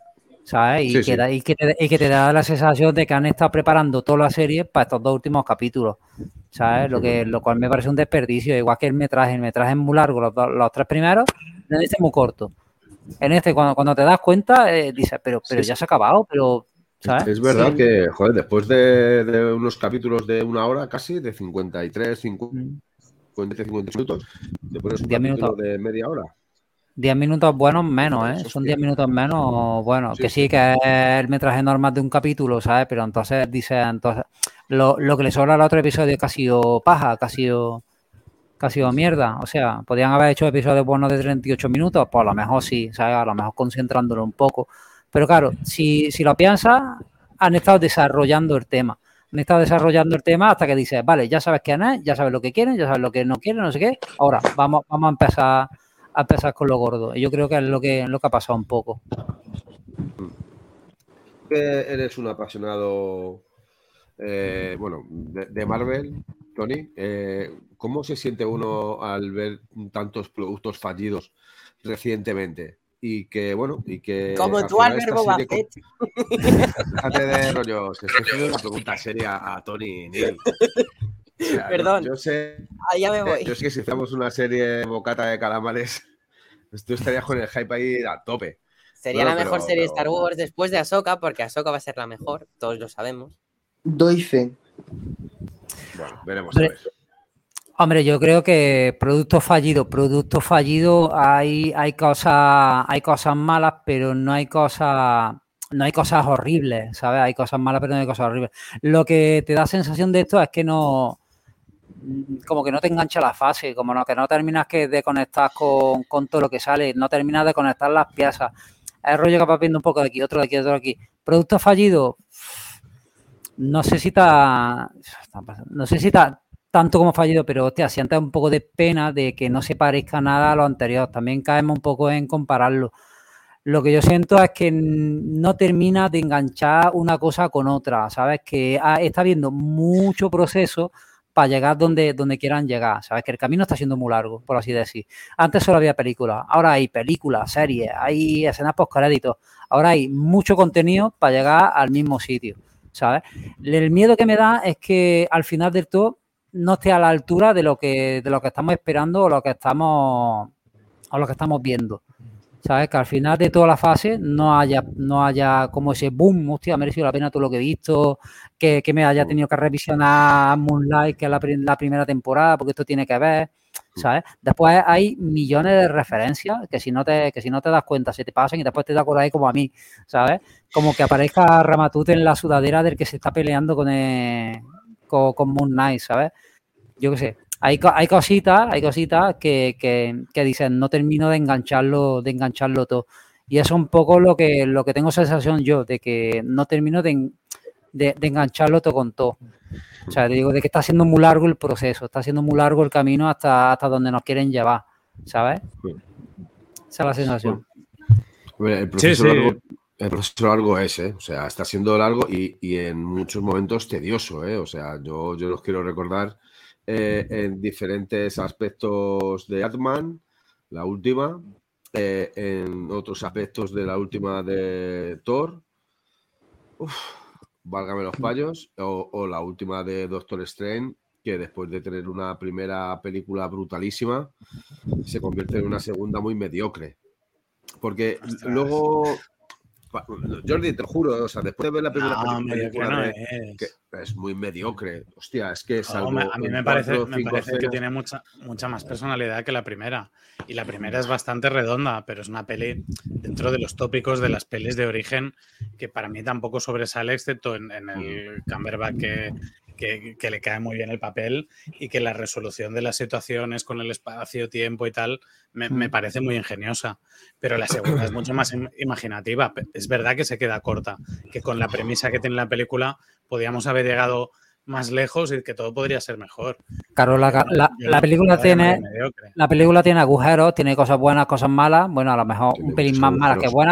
¿sabes? Sí, sí. Y que te da la sensación de que han estado preparando toda la serie para estos 2 últimos capítulos, ¿sabes? Lo cual me parece un desperdicio, igual que el metraje es muy largo, los 3 primeros, en este es muy corto. En este, cuando te das cuenta, dices, pero ya se ha acabado, pero, ¿sabes? Es verdad Sí. que, joder, después de unos capítulos de 1 hora casi, de 53, 50 minutos, te pones un 10 capítulo minutos. de media hora. 10 minutos buenos menos, ¿eh? Eso, Son hostia. 10 minutos menos, bueno, Sí, que sí, sí. que es el metraje normal de un capítulo, ¿sabes? Pero entonces lo que le sobra al otro episodio que ha sido paja, que ha sido mierda. O sea, podían haber hecho episodios buenos de 38 minutos, pues a lo mejor sí, ¿sabes? A lo mejor concentrándolo un poco. Pero claro, si lo piensas, han estado desarrollando el tema. Han estado desarrollando el tema hasta que dices, vale, ya sabes quién es, ya sabes lo que quieren, ya sabes lo que no quieren, no sé qué. Ahora, vamos a empezar con lo gordo. Y yo creo que es lo que ha pasado un poco. Eres un apasionado, bueno, de Marvel, Tony. ¿Cómo se siente uno al ver tantos productos fallidos recientemente? Y que, bueno, y que Como al tú, final Albert esta Boba serie... Fett. Déjate de rollos, estoy haciendo una pregunta seria a Tony Neil. O sea, Perdón. Yo sé Ya me voy. que si hiciéramos una serie bocata de calamares, tú estarías con el hype ahí a tope. Sería Bueno, la mejor pero- serie de pero- Star Wars después de Ahsoka, porque Ahsoka va a ser la mejor, todos lo sabemos. Doy fe. Bueno, veremos a ver. Hombre, yo creo que producto fallido, hay cosas malas, pero no hay cosas horribles, ¿sabes? Hay cosas malas, pero no hay cosas horribles. Lo que te da sensación de esto es que como que no te engancha la fase, que no terminas de conectar con todo lo que sale, no terminas de conectar las piezas. Es el rollo que vas viendo un poco de aquí, otro de aquí, otro de aquí. Producto fallido, no sé si está tanto como fallido, pero hostia, sientes un poco de pena de que no se parezca nada a lo anterior. También caemos un poco en compararlo. Lo que yo siento es que no termina de enganchar una cosa con otra, ¿sabes? Que está habiendo mucho proceso para llegar donde quieran llegar, ¿sabes? Que el camino está siendo muy largo, por así decir. Antes solo había películas, ahora hay películas, series, hay escenas post-créditos, ahora hay mucho contenido para llegar al mismo sitio, ¿sabes? El miedo que me da es que al final del todo no esté a la altura de lo que estamos esperando o lo que estamos viendo. ¿Sabes? Que al final de toda la fase no haya como ese boom, hostia, ha merecido la pena todo lo que he visto, que me haya tenido que revisionar Moonlight, que es la primera temporada, porque esto tiene que ver, ¿sabes? Después hay millones de referencias que si no te das cuenta, se te pasan y después te da por ahí como a mí, ¿sabes? Como que aparezca Ramatute en la sudadera del que se está peleando con Moon Knight, ¿sabes? Yo qué sé. Hay cositas que dicen, no termino de engancharlo todo. Y eso es un poco lo que tengo sensación yo, de que no termino de engancharlo todo con todo. O sea, te digo, de que está siendo muy largo el proceso, está siendo muy largo el camino hasta donde nos quieren llevar, ¿sabes? Esa es la sensación. El proceso largo es, o sea, está siendo largo y en muchos momentos tedioso, o sea, yo los quiero recordar en diferentes aspectos de Ant-Man, la última, en otros aspectos de la última de Thor, válgame los payos, o la última de Doctor Strange, que después de tener una primera película brutalísima, se convierte en una segunda muy mediocre. Porque luego... Jordi, te lo juro, o sea, después de ver la primera película que es muy mediocre. Hostia, es que salvo a mí me parece que tiene mucha más personalidad que la primera. Y la primera es bastante redonda, pero es una peli dentro de los tópicos de las pelis de origen que para mí tampoco sobresale, excepto en el Cumberbatch que le cae muy bien el papel y que la resolución de las situaciones con el espacio-tiempo y tal me parece muy ingeniosa. Pero la segunda es mucho más imaginativa. Es verdad que se queda corta, que con la premisa que tiene la película podíamos haber llegado más lejos y que todo podría ser mejor. Claro, la película tiene agujeros, tiene cosas buenas, cosas malas. Bueno, a lo mejor un pelín más malas que buenas,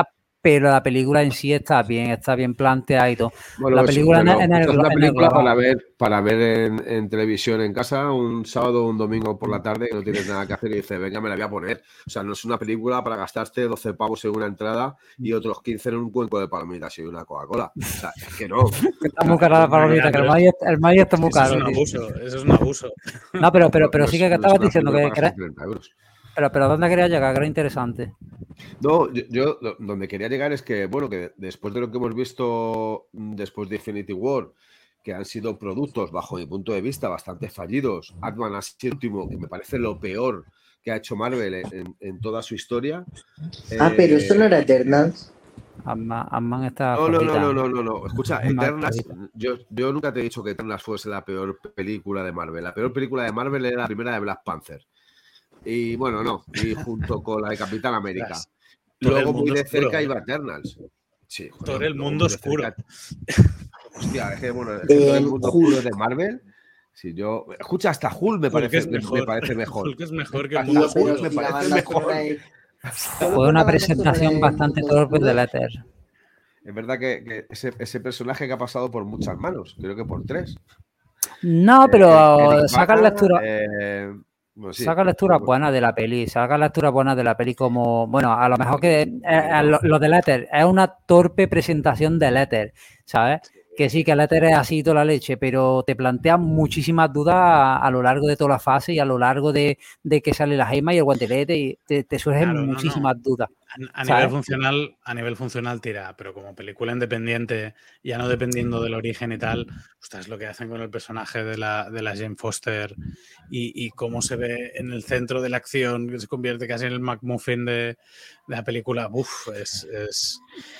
pero la película en sí está bien planteada y todo. Bueno, La eso, película pero en esta es una película global. para ver en televisión en casa un sábado o un domingo por la tarde que no tienes nada que hacer y dices, venga, me la voy a poner. O sea, no es una película para gastarte 12 pavos en una entrada y otros 15 en un cuenco de palomitas y una Coca-Cola. O sea, es que no. Está muy cara la palomita, que el maíz está muy Eso es caro. un tío. abuso, eso es un abuso. No, pero No sí es- que no es estabas una diciendo película que para gastar 30 euros. pero ¿dónde quería llegar? Que era interesante. No, donde quería llegar es que, bueno, que después de lo que hemos visto después de Infinity War, que han sido productos, bajo mi punto de vista, bastante fallidos, Ant-Man ha sido el último, que me parece lo peor que ha hecho Marvel en toda su historia. Pero eso no era Eternals. Ant-Man está No. flojita. Escucha, Es más Eternals, flojita. yo nunca te he dicho que Eternals fuese la peor película de Marvel. La peor película de Marvel era la primera de Black Panther. Y bueno, no, y junto con la de Capitán América. Luego muy de cerca iba Eternals. Sí, joder, Todo el mundo oscuro. Hostia, es que bueno, es que todo el mundo oscuro de Marvel. Si yo. Escucha, hasta Hulk me parece mejor. Hulk es mejor que Hasta mundo Hulk me parece mejor. Fue una presentación bastante torpe del éter. Es verdad que ese personaje que ha pasado por muchas manos, creo que por 3. No, pero Eric sacan Bana, lectura. Bueno, sí, Saca lecturas buenas de la peli, saca lecturas buenas de la peli como, bueno, a lo mejor que lo del éter es una torpe presentación del éter, ¿sabes? Que sí, que el éter es así toda la leche, pero te plantean muchísimas dudas a lo largo de toda la fase y a lo largo de que sale la gema y el guantelete y te surgen muchísimas dudas. A nivel funcional tira, pero como película independiente, ya no dependiendo del origen y tal, ostras, lo que hacen con el personaje de la Jane Foster y cómo se ve en el centro de la acción, que se convierte casi en el McMuffin de la película, es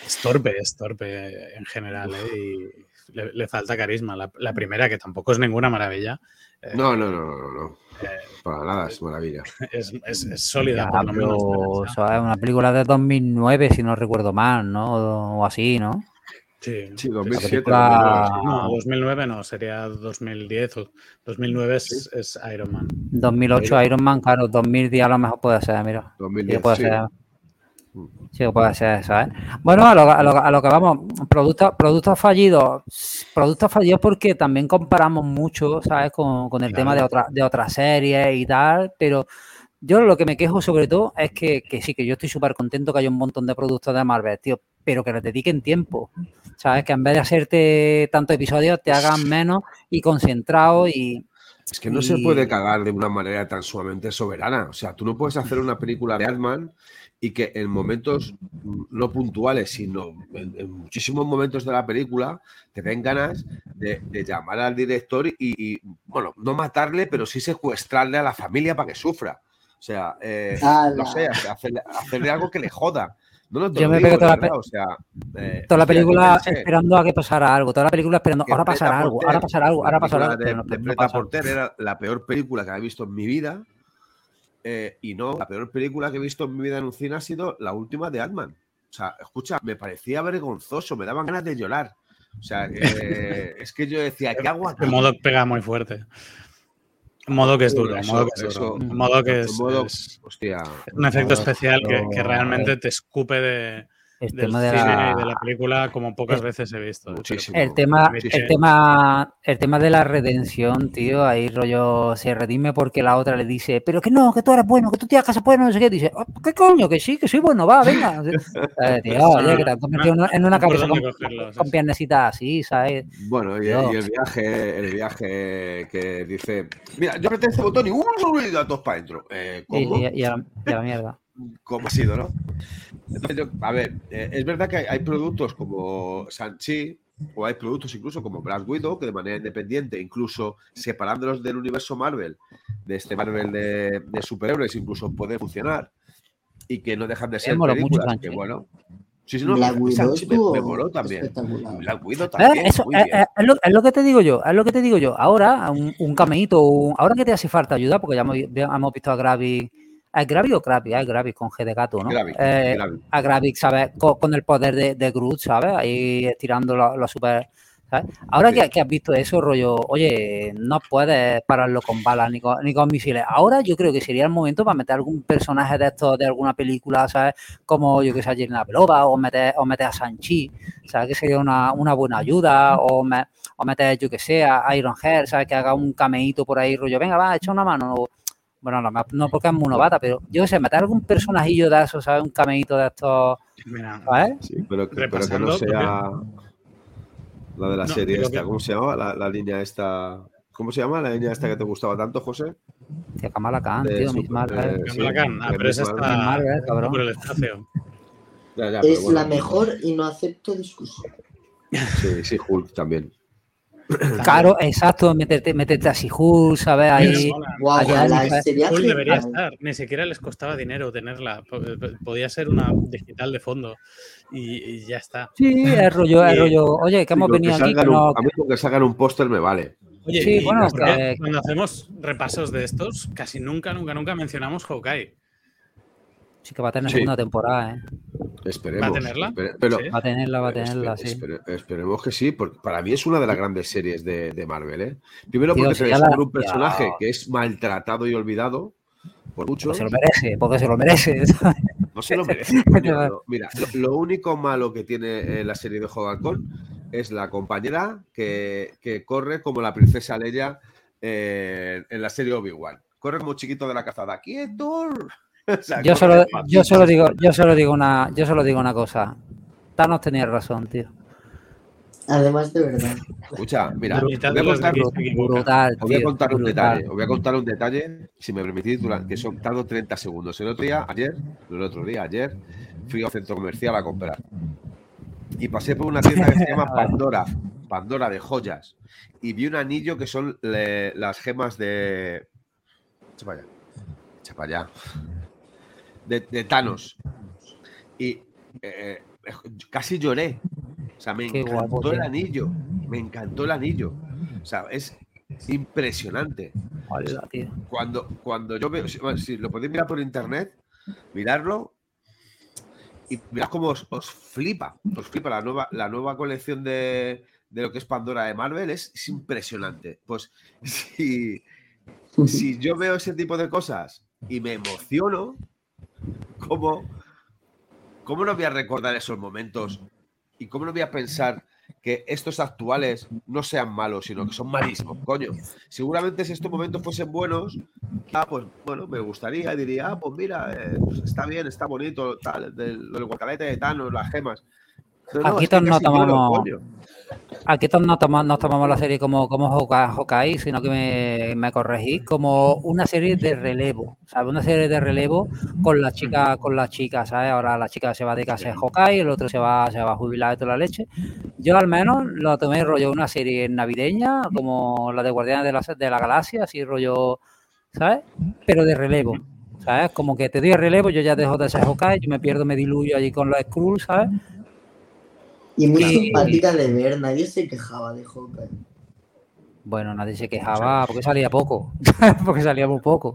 torpe en general, y le falta carisma. La primera, que tampoco es ninguna maravilla. No. Para nada, es maravilla. Es sólida, por lo menos. O sea, es una película de 2009, si no recuerdo mal, ¿no? O así, ¿no? Sí, 2007. No, 2009 no, sería 2010 o 2009 es Iron Man. 2008 Iron Man, claro, 2010 a lo mejor puede ser, mira. 2010, puede ser. Sí, puede ser, ¿sabes? Bueno, a lo que vamos, productos fallidos porque también comparamos mucho, ¿sabes? Con el tema de otras series y tal, pero yo lo que me quejo sobre todo es que sí, que yo estoy súper contento que haya un montón de productos de Marvel, tío, pero que les dediquen tiempo, ¿sabes? Que en vez de hacerte tantos episodios te hagan menos y concentrado y... Es que no se puede cagar de una manera tan sumamente soberana. O sea, tú no puedes hacer una película de Ant-Man y que en momentos no puntuales, sino en muchísimos momentos de la película te den ganas de llamar al director y, bueno, no matarle, pero sí secuestrarle a la familia para que sufra. O sea, no sé, hacerle algo que le joda. Yo me pego toda la película esperando a que pasara algo. Toda la película esperando, ahora pasará algo. De Preta Porter era la peor película que he visto en mi vida. Y no, la peor película que he visto en mi vida en un cine ha sido la última de Ant-Man. O sea, escucha, me parecía vergonzoso, me daban ganas de llorar. O sea, es que yo decía, ¿qué hago aquí? El modo pega muy fuerte. Un modo que es duro, un modo que es un efecto especial que realmente te escupe del cine y de la película como pocas veces he visto. Muchísimo. El tema de la redención, tío, ahí rollo se redime porque la otra le dice, pero que no, que tú eres bueno, que tú tienes que ser bueno, no sé qué, dice, oh, ¿qué coño? Que sí, que soy bueno, va, venga. Tío, oye, que te has convertido en una cabeza con piernecitas así, ¿sabes? Bueno, y el viaje que dice, mira, yo apreté este botón y datos para adentro. ¿Cómo? Y a la mierda. ¿Cómo ha sido, no? Entonces, a ver, es verdad que hay productos como Shang-Chi o hay productos incluso como Black Widow que de manera independiente, incluso separándolos del universo Marvel, de este Marvel de superhéroes, incluso pueden funcionar y que no dejan de ser películas que, bueno... Sí, no, Black Widow me voló también. Black Widow también. Eso, es lo que te digo yo. Ahora, un cameíto, ahora que te hace falta ayuda, porque ya hemos visto a Gravik. ¿Es Gravik o Gravik? Es Gravik con G de gato, ¿no? Gravik. A Gravik, ¿sabes? Con el poder de Groot, ¿sabes? Ahí estirando los super... ¿sabes? Ahora que has visto eso, rollo, oye, no puedes pararlo con balas ni con misiles. Ahora yo creo que sería el momento para meter algún personaje de estos de alguna película, ¿sabes? Como yo que sé, Yelena Belova, o meter a Shang-Chi, ¿sabes? Que sería una buena ayuda, o meter, yo que sé, a Ironheart, ¿sabes? Que haga un cameíto por ahí, rollo, venga, va, echa una mano. Bueno, no porque es muy novata, pero yo que sé, meter algún personajillo de eso, ¿sabes? Un cameíto de estos, ¿sabes? Sí, pero que no sea la de la serie esta. ¿Cómo se llama? La línea esta. ¿Cómo se llama la línea esta que te gustaba tanto, José? Tío, Kamala Khan, tío, Miss Marvel. Kamala Khan, pero esa está por el espacio. Ya, es la mejor y no acepto discusión. Sí, Hulk también. Claro, exacto, meterte a She-Hulk, ¿sabes? Ahí. Hulk debería estar. Ni siquiera les costaba dinero tenerla. Podía ser una digital de fondo y ya está. Sí, es rollo. Oye, que hemos venido aquí. A mí con que salgan un póster me vale. Oye, sí, bueno, cuando hacemos repasos de estos, casi nunca mencionamos Hawkeye. Sí, que va a tener segunda temporada, ¿eh? Esperemos. ¿Va a tenerla? Pero, va a tenerla, sí. Esperemos que sí, porque para mí es una de las grandes series de Marvel, ¿eh? Primero porque se descubre un personaje que es maltratado y olvidado por muchos. Porque se lo merece. No se lo merece. Mira, lo único malo que tiene la serie de Hawkeye es la compañera que corre como la princesa Leia en la serie Obi-Wan. Corre como chiquito de la cazada. ¡Quieto! O sea, yo solo digo una cosa. Thanos tenía razón, tío. Además, de verdad. Escucha, mira, os voy a contar un detalle, si me permitís, que son tardo 30 segundos. El otro día, ayer, fui a un centro comercial a comprar. Y pasé por una tienda que se llama Pandora de joyas. Y vi un anillo que son las gemas de... Echa para allá. De Thanos. Y casi lloré. O sea, me encantó el anillo. Me encantó el anillo. O sea, es impresionante. Hola, tío. Cuando yo veo, si lo podéis mirar por internet, mirarlo y mirad cómo os flipa. Os flipa la nueva colección de lo que es Pandora de Marvel. Es impresionante. Pues si yo veo ese tipo de cosas y me emociono, ¿cómo no voy a recordar esos momentos? ¿Y cómo no voy a pensar que estos actuales no sean malos, sino que son malísimos? Coño, seguramente si estos momentos fuesen buenos, pues bueno, me gustaría, diría, pues mira, pues está bien, está bonito, tal, lo del guacalete de Thanos, las gemas. Aquí todos no tomamos la serie como Hawkeye, sino que me corregí como una serie de relevo, ¿sabes? Una serie de relevo con la chica, ¿sabes? Ahora la chica se va de casa de Hawkeye, el otro se va a jubilar de toda la leche. Yo al menos lo tomé rollo una serie navideña, como la de Guardianes de la Galaxia, así rollo, ¿sabes? Pero de relevo, ¿sabes? Como que te doy el relevo, yo ya dejo de ser Hawkeye, yo me pierdo, me diluyo allí con los Skrulls, ¿sabes? Y muy simpática de ver, nadie se quejaba de Hawkeye. Bueno, nadie se quejaba porque salía poco, porque salía muy poco.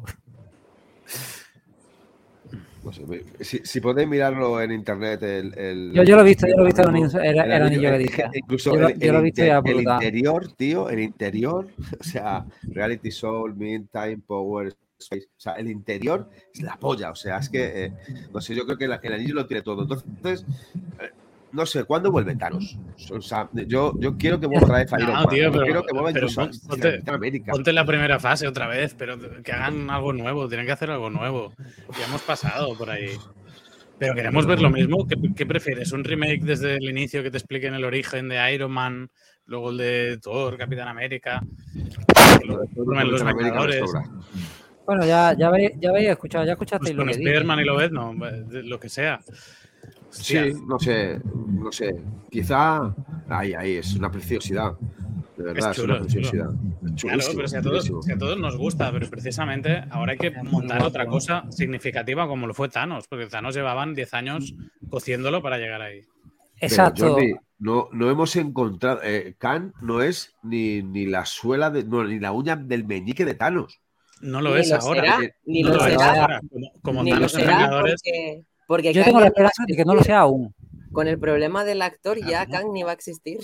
No sé, si podéis mirarlo en internet, yo lo he visto el anillo que dije. Incluso yo lo he visto ya el interior, tío, o sea, Reality Soul, Mean Time, Power, Space, o sea, el interior es la polla, o sea, es que, no sé, yo creo que el anillo lo tiene todo. Entonces, no sé, ¿cuándo vuelve Thanos? O sea, yo quiero que vuelva otra vez a Iron Man. Tío, quiero que vuelva a América. Ponte la primera fase otra vez, pero que hagan algo nuevo, tienen que hacer algo nuevo. Ya hemos pasado por ahí. Pero queremos ver lo mismo. ¿Qué prefieres? ¿Un remake desde el inicio que te expliquen el origen de Iron Man, luego el de Thor, Capitán América, los Vengadores? Bueno, ya habéis escuchado, ya escuchasteis pues lo que Spider-Man y Lobezno, lo que sea. Hostia. Sí, no sé. Quizá ahí es una preciosidad. De verdad, es una preciosidad. Claro, pero si a todos nos gusta, pero precisamente ahora hay que montar otra cosa significativa como lo fue Thanos, porque Thanos llevaban 10 años cociéndolo para llegar ahí. Exacto. Pero, Jordi, no hemos encontrado. Khan no es ni la suela, ni la uña del meñique de Thanos. No lo es ahora. Ni lo será. Como Thanos en Vengadores. Porque yo tengo la esperanza de que no lo sea aún. Con el problema del actor ya Kang ni va a existir.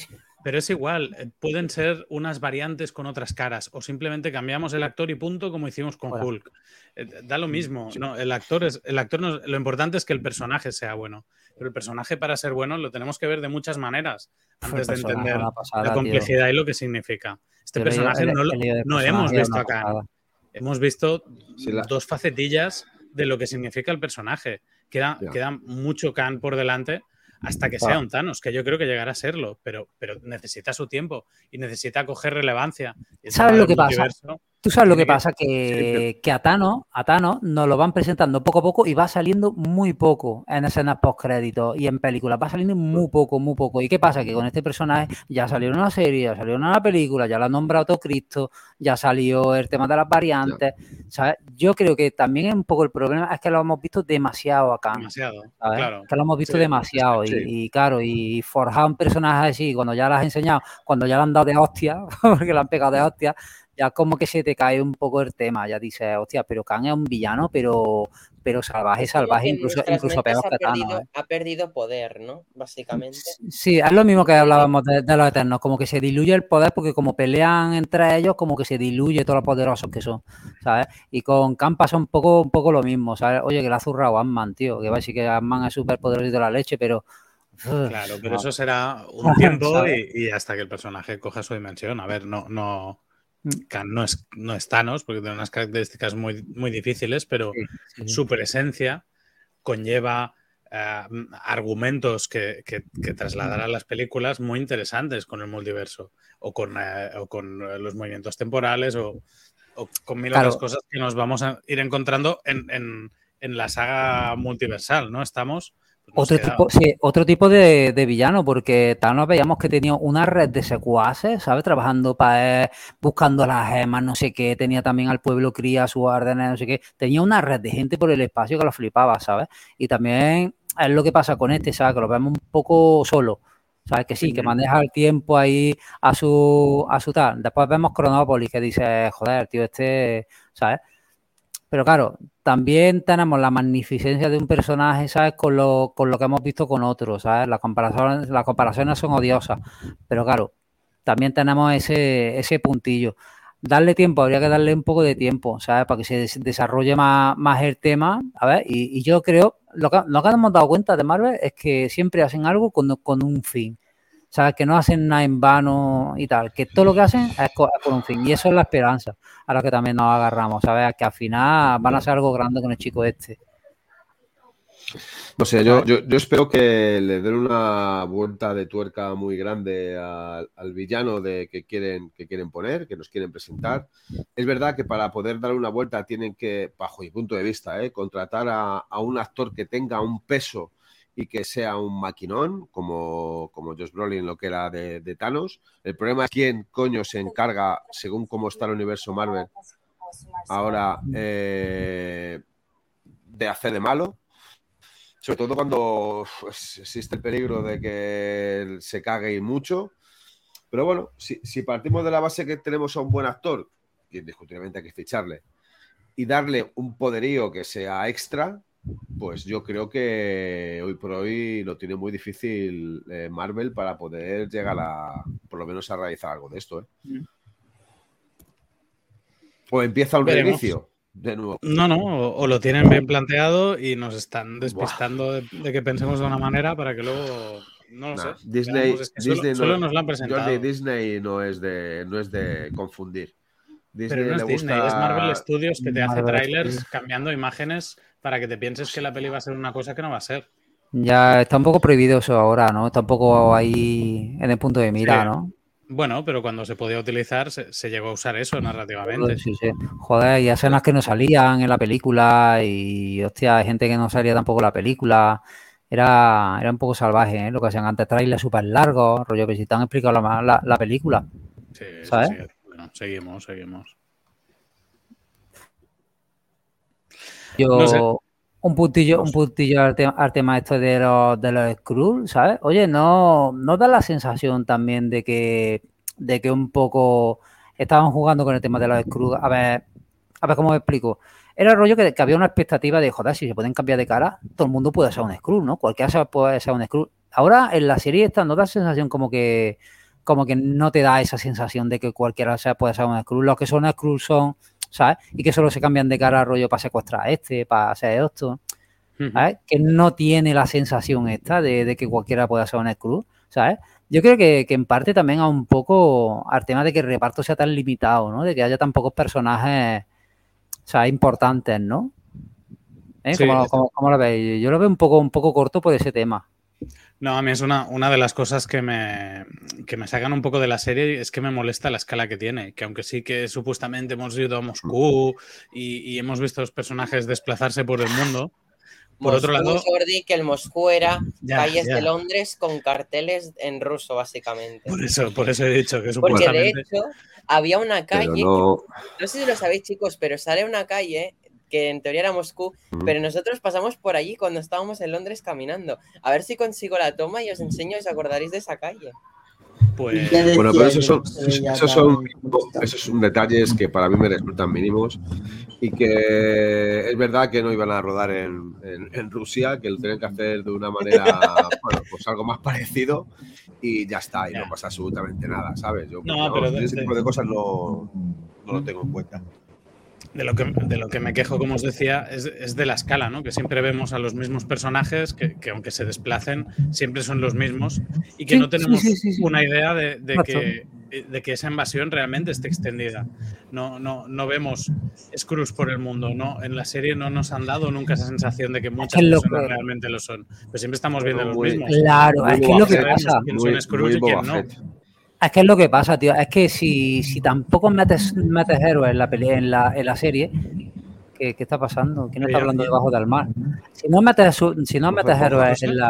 Pero es igual, pueden ser unas variantes con otras caras o simplemente cambiamos el actor y punto, como hicimos con Fuera. Hulk. Da lo mismo. No, el actor no, lo importante es que el personaje sea bueno. Pero el personaje, para ser bueno, lo tenemos que ver de muchas maneras antes de entender la complejidad y lo que significa. Este personaje no hemos visto acá. Hemos visto dos facetillas de lo que significa el personaje. Queda mucho Khan por delante hasta que sea un Thanos, que yo creo que llegará a serlo, pero necesita su tiempo y necesita coger relevancia. ¿Sabes lo que pasa? Tú sabes lo que pasa, que a Thanos nos lo van presentando poco a poco y va saliendo muy poco en escenas post-créditos y en películas. Va saliendo muy poco, muy poco. ¿Y qué pasa? Que con este personaje ya salió en una serie, ya salió en una película, ya lo ha nombrado todo Cristo, ya salió el tema de las variantes. ¿Sabes? Yo creo que también es un poco el problema, es que lo hemos visto demasiado acá. Demasiado, ¿sabes? claro. Que lo hemos visto demasiado. Y claro, y forjar un personaje así, cuando ya lo has enseñado, cuando ya lo han dado de hostia, porque lo han pegado de hostia, ya como que se te cae un poco el tema, ya dices, hostia, pero Khan es un villano, pero salvaje, incluso peor que Thanos. Ha perdido poder, ¿no? Básicamente. Sí, es lo mismo que hablábamos de los Eternos, como que se diluye el poder porque como pelean entre ellos, como que se diluye todos los poderosos que son, ¿sabes? Y con Khan pasa un poco lo mismo, ¿sabes? Oye, que le ha zurrado Ant-Man, tío, que va a decir que Ant-Man es súper poderoso de la leche, pero... Claro, pero eso será un tiempo y hasta que el personaje coja su dimensión. A ver, no es Thanos, porque tiene unas características muy, muy difíciles, pero su presencia conlleva argumentos que trasladarán a las películas muy interesantes con el multiverso o con los movimientos temporales o con mil otras cosas que nos vamos a ir encontrando en la saga multiversal, ¿no? Estamos... Otro tipo de villano, porque Thanos veíamos que tenía una red de secuaces, ¿sabes? Trabajando para él, buscando las gemas, no sé qué, tenía también al pueblo cría, sus órdenes, no sé qué, tenía una red de gente por el espacio que lo flipaba, ¿sabes? Y también es lo que pasa con este, ¿sabes? Que lo vemos un poco solo, ¿sabes? Que sí, que maneja el tiempo ahí a su tal. Después vemos Cronópolis, que dice, joder, tío, ¿sabes? Pero claro, también tenemos la magnificencia de un personaje, ¿sabes? Con lo que hemos visto con otros, ¿sabes? Las comparaciones son odiosas, pero claro, también tenemos ese puntillo. Darle tiempo, habría que darle un poco de tiempo, ¿sabes? Para que se desarrolle más el tema, a ver, y yo creo, lo que nos hemos dado cuenta de Marvel es que siempre hacen algo con un fin. ¿Sabes? Que no hacen nada en vano y tal, que todo lo que hacen es con un fin, y eso es la esperanza a la que también nos agarramos, ¿sabes? Que al final van a hacer algo grande con el chico este. No sé, yo espero que le den una vuelta de tuerca muy grande al villano que quieren poner, que nos quieren presentar. Es verdad que para poder dar una vuelta tienen que, bajo mi punto de vista, contratar a un actor que tenga un peso y que sea un maquinón, como Josh Brolin, lo que era de Thanos. El problema es quién coño se encarga, según cómo está el universo Marvel, ahora de hacer de malo. Sobre todo cuando existe el peligro de que se cague y mucho. Pero bueno, si partimos de la base que tenemos a un buen actor, que indiscutiblemente hay que ficharle, y darle un poderío que sea extra, pues yo creo que hoy por hoy lo tiene muy difícil Marvel para poder llegar por lo menos a realizar algo de esto. O empieza un reinicio de nuevo. No, o lo tienen bien planteado y nos están despistando de que pensemos de una manera para que luego... No lo sé. Disney, solo nos lo han presentado. Jordi, Disney no es de confundir. Disney pero no es Disney, es Marvel Studios que te hace trailers cambiando imágenes para que te pienses que la peli va a ser una cosa que no va a ser. Ya está un poco prohibido eso ahora, ¿no? Está un poco ahí en el punto de mira, ¿no? Bueno, pero cuando se podía utilizar, se llegó a usar eso narrativamente. Sí. Joder, y escenas que no salían en la película y, hostia, hay gente que no salía tampoco en la película. Era un poco salvaje, ¿eh? Lo que hacían antes, trailers súper largos, rollo, que si te han explicado la película. Sí, ¿sabes? Sí. Bueno, seguimos. Yo... No sé. Un puntillo al tema esto de los Skrulls, ¿sabes? Oye, ¿no da la sensación también de que un poco estaban jugando con el tema de los Skrulls? A ver cómo me explico. Era el rollo que había una expectativa de, joder, si se pueden cambiar de cara, todo el mundo puede ser un Skrull, ¿no? Cualquiera puede ser un Skrull. Ahora, en la serie esta, ¿no da la sensación como que como que no te da esa sensación de que cualquiera puede ser un Skrull. Los que son Skrull son, ¿sabes? Y que solo se cambian de cara a rollo para secuestrar a para hacer esto, ¿sabes? Que no tiene la sensación esta de que cualquiera pueda ser un Skrull, ¿sabes? Yo creo que en parte también a un poco al tema de que el reparto sea tan limitado, ¿no? De que haya tan pocos personajes, ¿sabes? Importantes, ¿no? Sí. ¿Cómo lo veis? Yo lo veo un poco corto por ese tema. No, a mí es una de las cosas que me sacan un poco de la serie, es que me molesta la escala que tiene, que aunque sí que supuestamente hemos ido a Moscú y hemos visto a los personajes desplazarse por el mundo, por otro lado... Jordi, que el Moscú era calles de Londres con carteles en ruso, básicamente. Por eso he dicho que Porque de hecho había una calle, no sé si lo sabéis, chicos, pero sale una calle que en teoría era Moscú, pero nosotros pasamos por allí cuando estábamos en Londres caminando. A ver si consigo la toma y os enseño y os acordaréis de esa calle. Pues... Bueno, pero esos son detalles que para mí me resultan mínimos y que es verdad que no iban a rodar en Rusia, que lo tienen que hacer de una manera, bueno, pues algo más parecido y ya está, y no pasa absolutamente nada, ¿sabes? Yo pero ese tipo de cosas no lo tengo en cuenta. De lo que me quejo, como os decía, es de la escala, ¿no? Que siempre vemos a los mismos personajes que aunque se desplacen, siempre son los mismos y que no tenemos una idea de que esa invasión realmente esté extendida. No vemos Skrulls por el mundo, ¿no? En la serie no nos han dado nunca esa sensación de que muchas personas realmente lo son. Pero siempre estamos viendo los mismos. Claro, es que es lo que pasa. ¿Quién son Skrulls y quién no? Es que es lo que pasa, tío. Es que si tampoco metes héroes en la serie, ¿qué está pasando? ¿Quién está hablando debajo del mar? Si no metes héroes en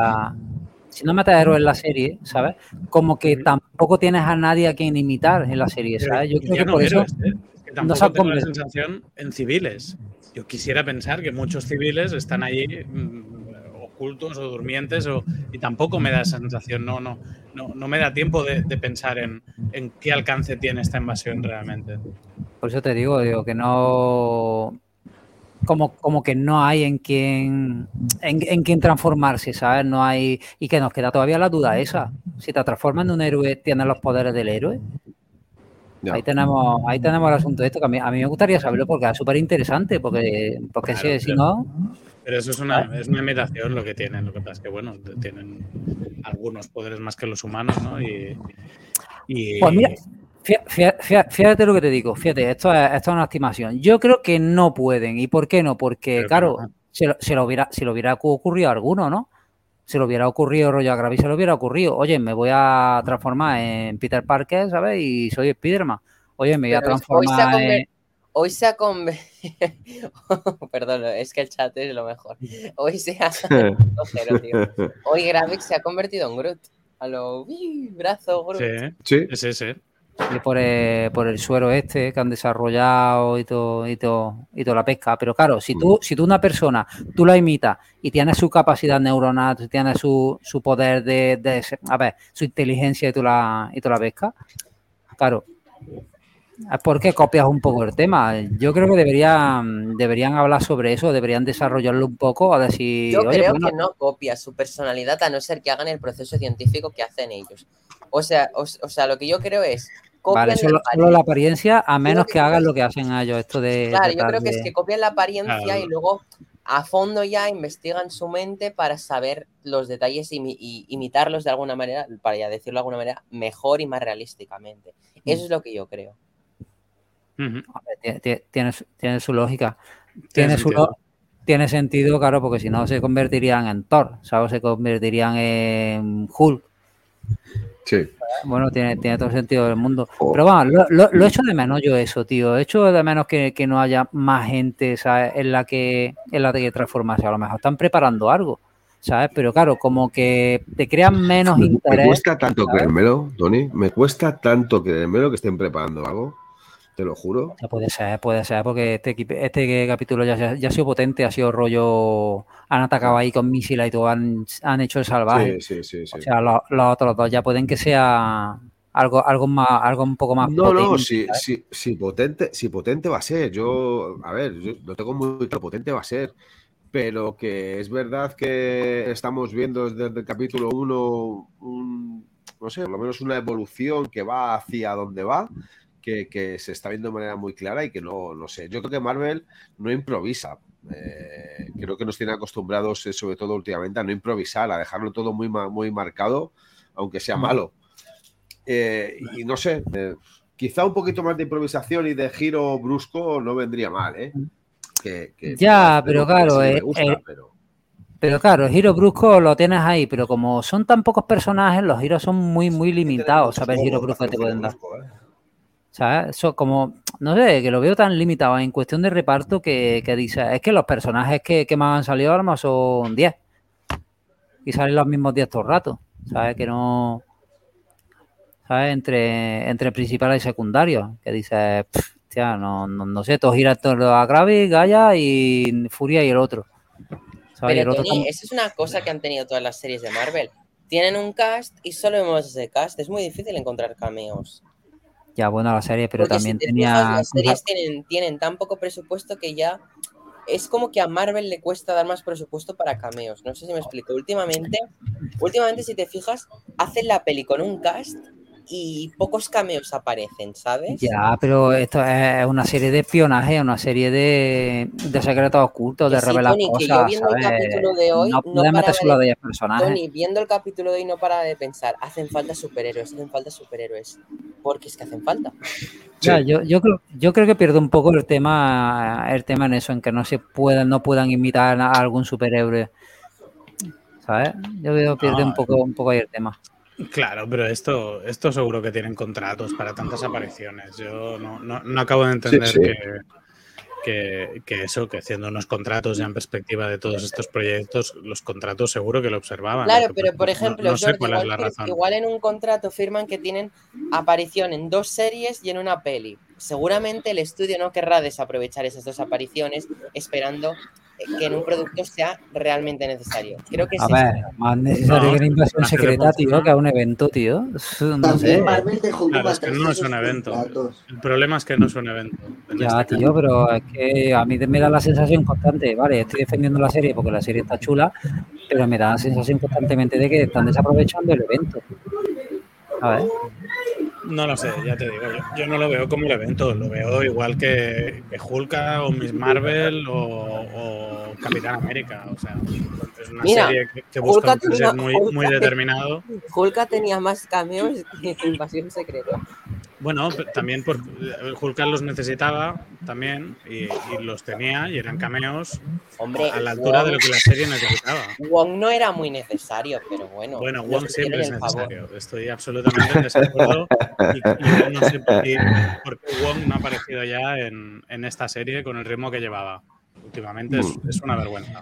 la serie, ¿sabes? Como que tampoco tienes a nadie a quien imitar en la serie, ¿sabes? Yo creo que por eso que tampoco tengo la sensación en civiles. Yo quisiera pensar que muchos civiles están allí ocultos o durmientes y tampoco me da esa sensación. No me da tiempo de pensar en qué alcance tiene esta invasión realmente. Por eso te digo que no... Como que no hay en quién transformarse, ¿sabes? No hay... Y que nos queda todavía la duda esa. Si te transformas en un héroe, ¿tienes los poderes del héroe? Ya. Ahí tenemos el asunto de esto, que a mí me gustaría saberlo porque es súper interesante, porque claro, si no... Pero eso es una imitación lo que tienen. Lo que pasa es que, bueno, tienen algunos poderes más que los humanos, ¿no? Pues mira, fíjate lo que te digo. Fíjate, esto es una estimación. Yo creo que no pueden. ¿Y por qué no? Porque, claro, se lo hubiera ocurrido a alguno, ¿no? Se le hubiera ocurrido, rollo a Gravis se le hubiera ocurrido. Oye, me voy a transformar en Peter Parker, ¿sabes? Y soy Spiderman. Oye, me voy a transformar Hoy se ha convertido... Perdón, es que el chat es lo mejor. Hoy Hoy Gravix se ha convertido en Groot. A lo brazo Groot. Sí. Y por el suero que han desarrollado y toda la pesca. Pero claro, si tú una persona, tú la imitas y tienes su capacidad neuronal, tienes su poder su inteligencia y tú la pesca, claro, es porque copias un poco el tema. Yo creo que deberían hablar sobre eso, deberían desarrollarlo un poco, a decir... Yo creo que no copia su personalidad, a no ser que hagan el proceso científico que hacen ellos. O sea, lo que yo creo es... Vale, solo la apariencia, a menos que hagan lo que hacen ellos. Esto de... Claro, yo creo que es que copian la apariencia y luego a fondo ya investigan su mente para saber los detalles y imitarlos de alguna manera, para ya decirlo de alguna manera, mejor y más realísticamente. Eso es lo que yo creo. Tiene su lógica. Tiene sentido, claro, porque si no se convertirían en Thor, ¿sabes? Se convertirían en Hulk. Sí. Bueno, tiene todo el sentido del mundo. Pero vamos, lo echo de menos yo eso, tío. Echo de menos que no haya más gente, ¿sabes? En la que transformarse. A lo mejor están preparando algo, ¿sabes? Pero claro, como que te crean menos interés. Me cuesta tanto creérmelo, Tony. Me cuesta tanto creérmelo que estén preparando algo. Te lo juro. Puede ser, porque este capítulo ya ha sido potente, ha sido rollo. Han atacado ahí con misiles y todo, han hecho el salvaje. Sí. O sea, los otros dos ya pueden que sea algo un poco más potente. No, sí, potente va a ser. Yo lo tengo muy claro, potente va a ser. Pero que es verdad que estamos viendo desde el capítulo 1 no sé, por lo menos una evolución que va hacia donde va, que se está viendo de manera muy clara y que no sé. Yo creo que Marvel no improvisa. Creo que nos tiene acostumbrados, sobre todo últimamente, a no improvisar, a dejarlo todo muy marcado, aunque sea malo. Y no sé, quizá un poquito más de improvisación y de giro brusco no vendría mal, ¿eh? Ya, pero claro, sí que me gusta, pero claro, el giro brusco lo tienes ahí, pero como son tan pocos personajes, los giros son muy limitados, ¿sabes? El giro brusco que te pueden dar. ¿Sabes? Eso como, no sé, que lo veo tan limitado en cuestión de reparto que dices, es que los personajes que más han salido ahora son 10 y salen los mismos 10 todo el rato, ¿sabes? Que no, ¿sabes? Entre principales y secundarios, que dices, hostia, no sé, todos giran todo a Gravis, Gaia y Furia y el otro. ¿Sabes? Pero Y el otro Tony, eso es una cosa que han tenido todas las series de Marvel. Tienen un cast y solo vemos ese cast. Es muy difícil encontrar cameos. Ya, bueno, la serie, pero Porque también si te tenía... fijas, las series tienen tan poco presupuesto que ya es como que a Marvel le cuesta dar más presupuesto para cameos. No sé si me explico. Últimamente, si te fijas, hacen la peli con un cast y pocos cameos aparecen, ¿sabes? Ya, pero esto es una serie de espionaje, una serie de secretos ocultos, Que de sí, revelar Tony, que yo cosas, viendo el ¿sabes? capítulo de hoy No no puedes meter paraba solo de... 10 personajes. Tony, viendo el capítulo de hoy no paraba de pensar, hacen falta superhéroes, porque es que hacen falta. Ya, yo creo que pierde un poco el tema en eso, en que no puedan imitar a algún superhéroe, ¿sabes? Yo veo que pierde un poco ahí el tema. Claro, pero esto seguro que tienen contratos para tantas apariciones. Yo no acabo de entender que haciendo unos contratos ya en perspectiva de todos estos proyectos, los contratos seguro que lo observaban. Claro, pero por ejemplo, no sé Jordi, cuál es la razón. igual en un contrato firman que tienen aparición en 2 series y en una peli. Seguramente el estudio no querrá desaprovechar esas 2 apariciones esperando que en un producto sea realmente necesario. Creo que es A ver, más necesario que una invasión secreta, tío, que a un evento, tío. No sé. Marvel dejó Claro, como es que atrás no es esos un evento. contratos. El problema es que no es un evento. Ya, tío, pero es que a mí me da la sensación constante, vale, estoy defendiendo la serie porque la serie está chula, pero me da la sensación constantemente de que están desaprovechando el evento. ¿Sabes? No lo sé, ya te digo. Yo no lo veo como un evento, lo veo igual que Hulk o Miss Marvel o Capitán América. O sea, es una serie que busca un ser muy determinado. Hulk tenía más cameos que Invasión Secreta. Bueno, también Hulk los necesitaba también y los tenía y eran cameos. Hombre, a la altura de lo que la serie necesitaba. Wong no era muy necesario, pero bueno. Bueno, Wong siempre es necesario. Estoy absolutamente en desacuerdo y no sé por qué Wong no ha aparecido ya en esta serie con el ritmo que llevaba. Últimamente es una vergüenza.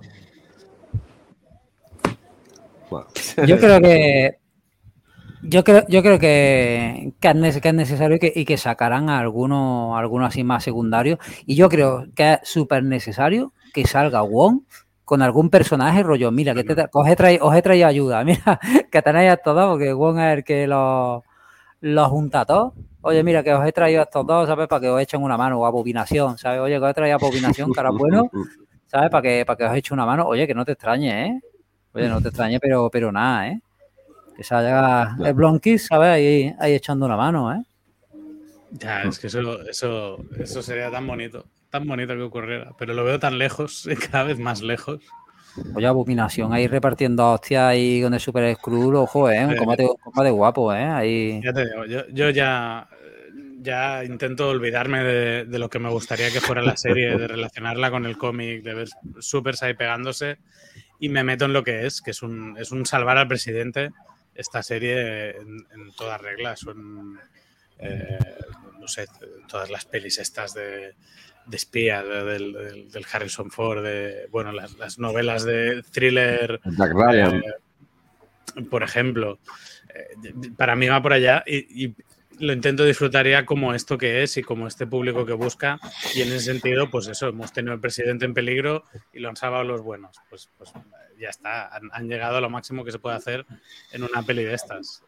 Yo creo que es necesario y que sacarán a algunos así más secundarios. Y yo creo que es súper necesario que salga Wong con algún personaje rollo. Mira, que os he traído ayuda. Mira, que tenéis a todos, porque Wong es el que los junta a todos. Oye, mira, que os he traído a estos dos, ¿sabes? Para que os echen una mano, o Abominación, ¿sabes? Oye, que os he traído a Abominación, cara bueno, ¿sabes? Para que os eche una mano. Oye, que no te extrañe, ¿eh? Oye, no te extrañe, pero nada, ¿eh? Que se haya el Blonquis, ¿sabes? Ahí echando una mano, ¿eh? Ya, es que eso sería tan bonito que ocurriera. Pero lo veo tan lejos, cada vez más lejos. Oye, Abominación ahí repartiendo hostias ahí con el Super Skrull, ojo, un combate guapo, ahí... Ya te digo, yo ya intento olvidarme de lo que me gustaría que fuera la serie, de relacionarla con el cómic, de ver supers ahí pegándose, y me meto en lo que es un salvar al presidente. Esta serie en todas reglas son, no sé, todas las pelis estas de espía del Harrison Ford, bueno, las novelas de thriller, Jack Ryan, por ejemplo, para mí va por allá y lo intento disfrutar ya como esto que es y como este público que busca, y en ese sentido, pues eso, hemos tenido el presidente en peligro y lo han salvado los buenos, pues ya está, han llegado a lo máximo que se puede hacer en una peli de estas.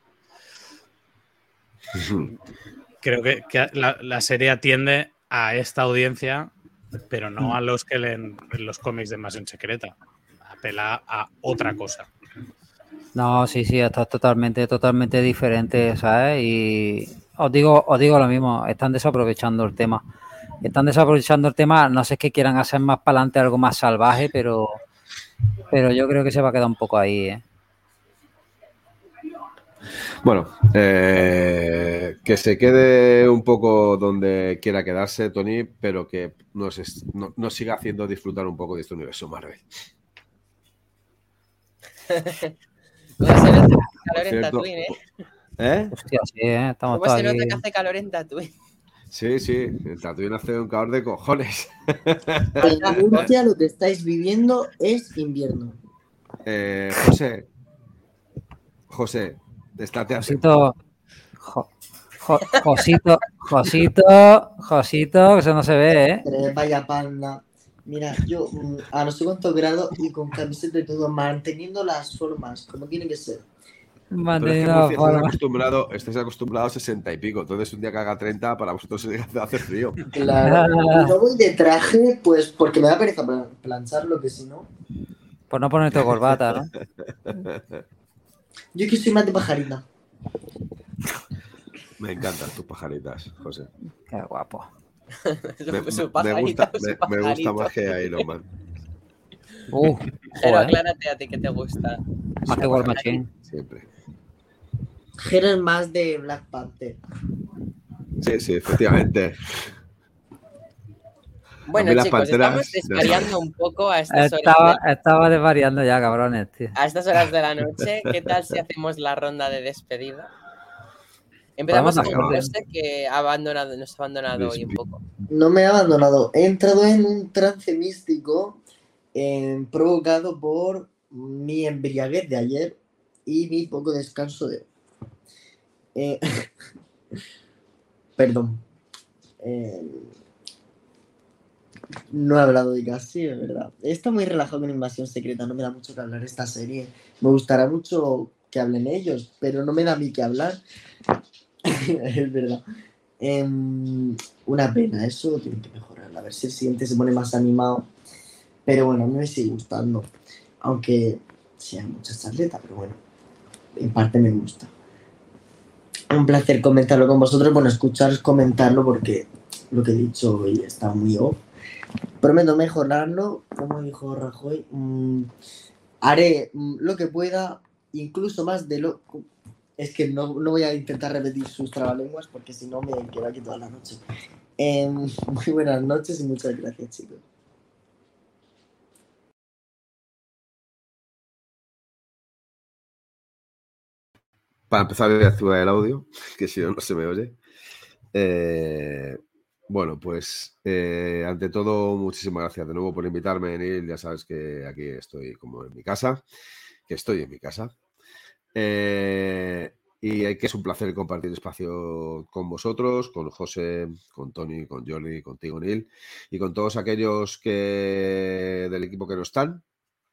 Creo que la serie atiende a esta audiencia, pero no a los que leen los cómics de Invasión Secreta. Apela a otra cosa. No, sí, esto es totalmente diferente, ¿sabes? Y os digo lo mismo, están desaprovechando el tema. No sé qué quieran hacer más para adelante, algo más salvaje, pero yo creo que se va a quedar un poco ahí, ¿eh? Bueno, que se quede un poco donde quiera quedarse, Tony, pero que nos siga haciendo disfrutar un poco de este universo Marvel. ¿Cómo se nota que hace calor Por en cierto, Tatooine, eh? Hostia, sí, estamos ¿Cómo todos se nota aquí. que hace calor en Tatooine? Sí, en Tatooine hace un calor de cojones. En Murcia lo que estáis viviendo es invierno. José, estate atento. Josito, que eso no se ve, ¿eh? Pero vaya panda. Mira, yo a no sé cuántos grados y con camiseta y todo, manteniendo las formas, como tiene que ser. Pero es que Manteniendo la Murcia forma. estáis acostumbrado a 60 y pico. Entonces, un día que haga 30, para vosotros hace frío. Claro. Y no voy de traje, pues porque me da pereza plancharlo, que si no. Por no ponerte corbata, ¿no? Yo que soy más de pajarita. Me encantan tus pajaritas, José. Qué guapo. Me gusta más que Iron Man. Pero joder. aclárate a ti que te gusta. Más que War Machine. Siempre. Jero es más de Black Panther. Sí, efectivamente. Bueno, las chicos, panteras, estamos desvariando un poco a estas horas. Estaba desvariando ya, cabrones, tío. A estas horas de la noche, ¿qué tal si hacemos la ronda de despedida? Empezamos con José, que nos ha abandonado hoy un poco. No me ha abandonado. He entrado en un trance místico provocado por mi embriaguez de ayer y mi poco descanso de hoy. Perdón. No he hablado de casi, es verdad. Está muy relajado con Invasión Secreta, no me da mucho que hablar esta serie. Me gustaría mucho que hablen ellos, pero no me da a mí que hablar. Es verdad. Una pena, eso tiene que mejorar. A ver si el siguiente se pone más animado. Pero bueno, me sigue gustando. Aunque sea mucha charleta, pero bueno, en parte me gusta. Un placer comentarlo con vosotros. Bueno, escucharos comentarlo porque lo que he dicho hoy está muy off. Prometo mejorarlo, como dijo Rajoy. Haré lo que pueda, incluso más de lo... Es que no voy a intentar repetir sus trabalenguas porque si no me quedo aquí toda la noche. Muy buenas noches y muchas gracias, chicos. Para empezar, voy a activar el audio, que si no se me oye. Bueno, pues ante todo, muchísimas gracias de nuevo por invitarme, Neil. Ya sabes que aquí estoy como en mi casa, y que es un placer compartir espacio con vosotros, con José, con Tony, con Jordi, contigo, Neil, y con todos aquellos del equipo que no están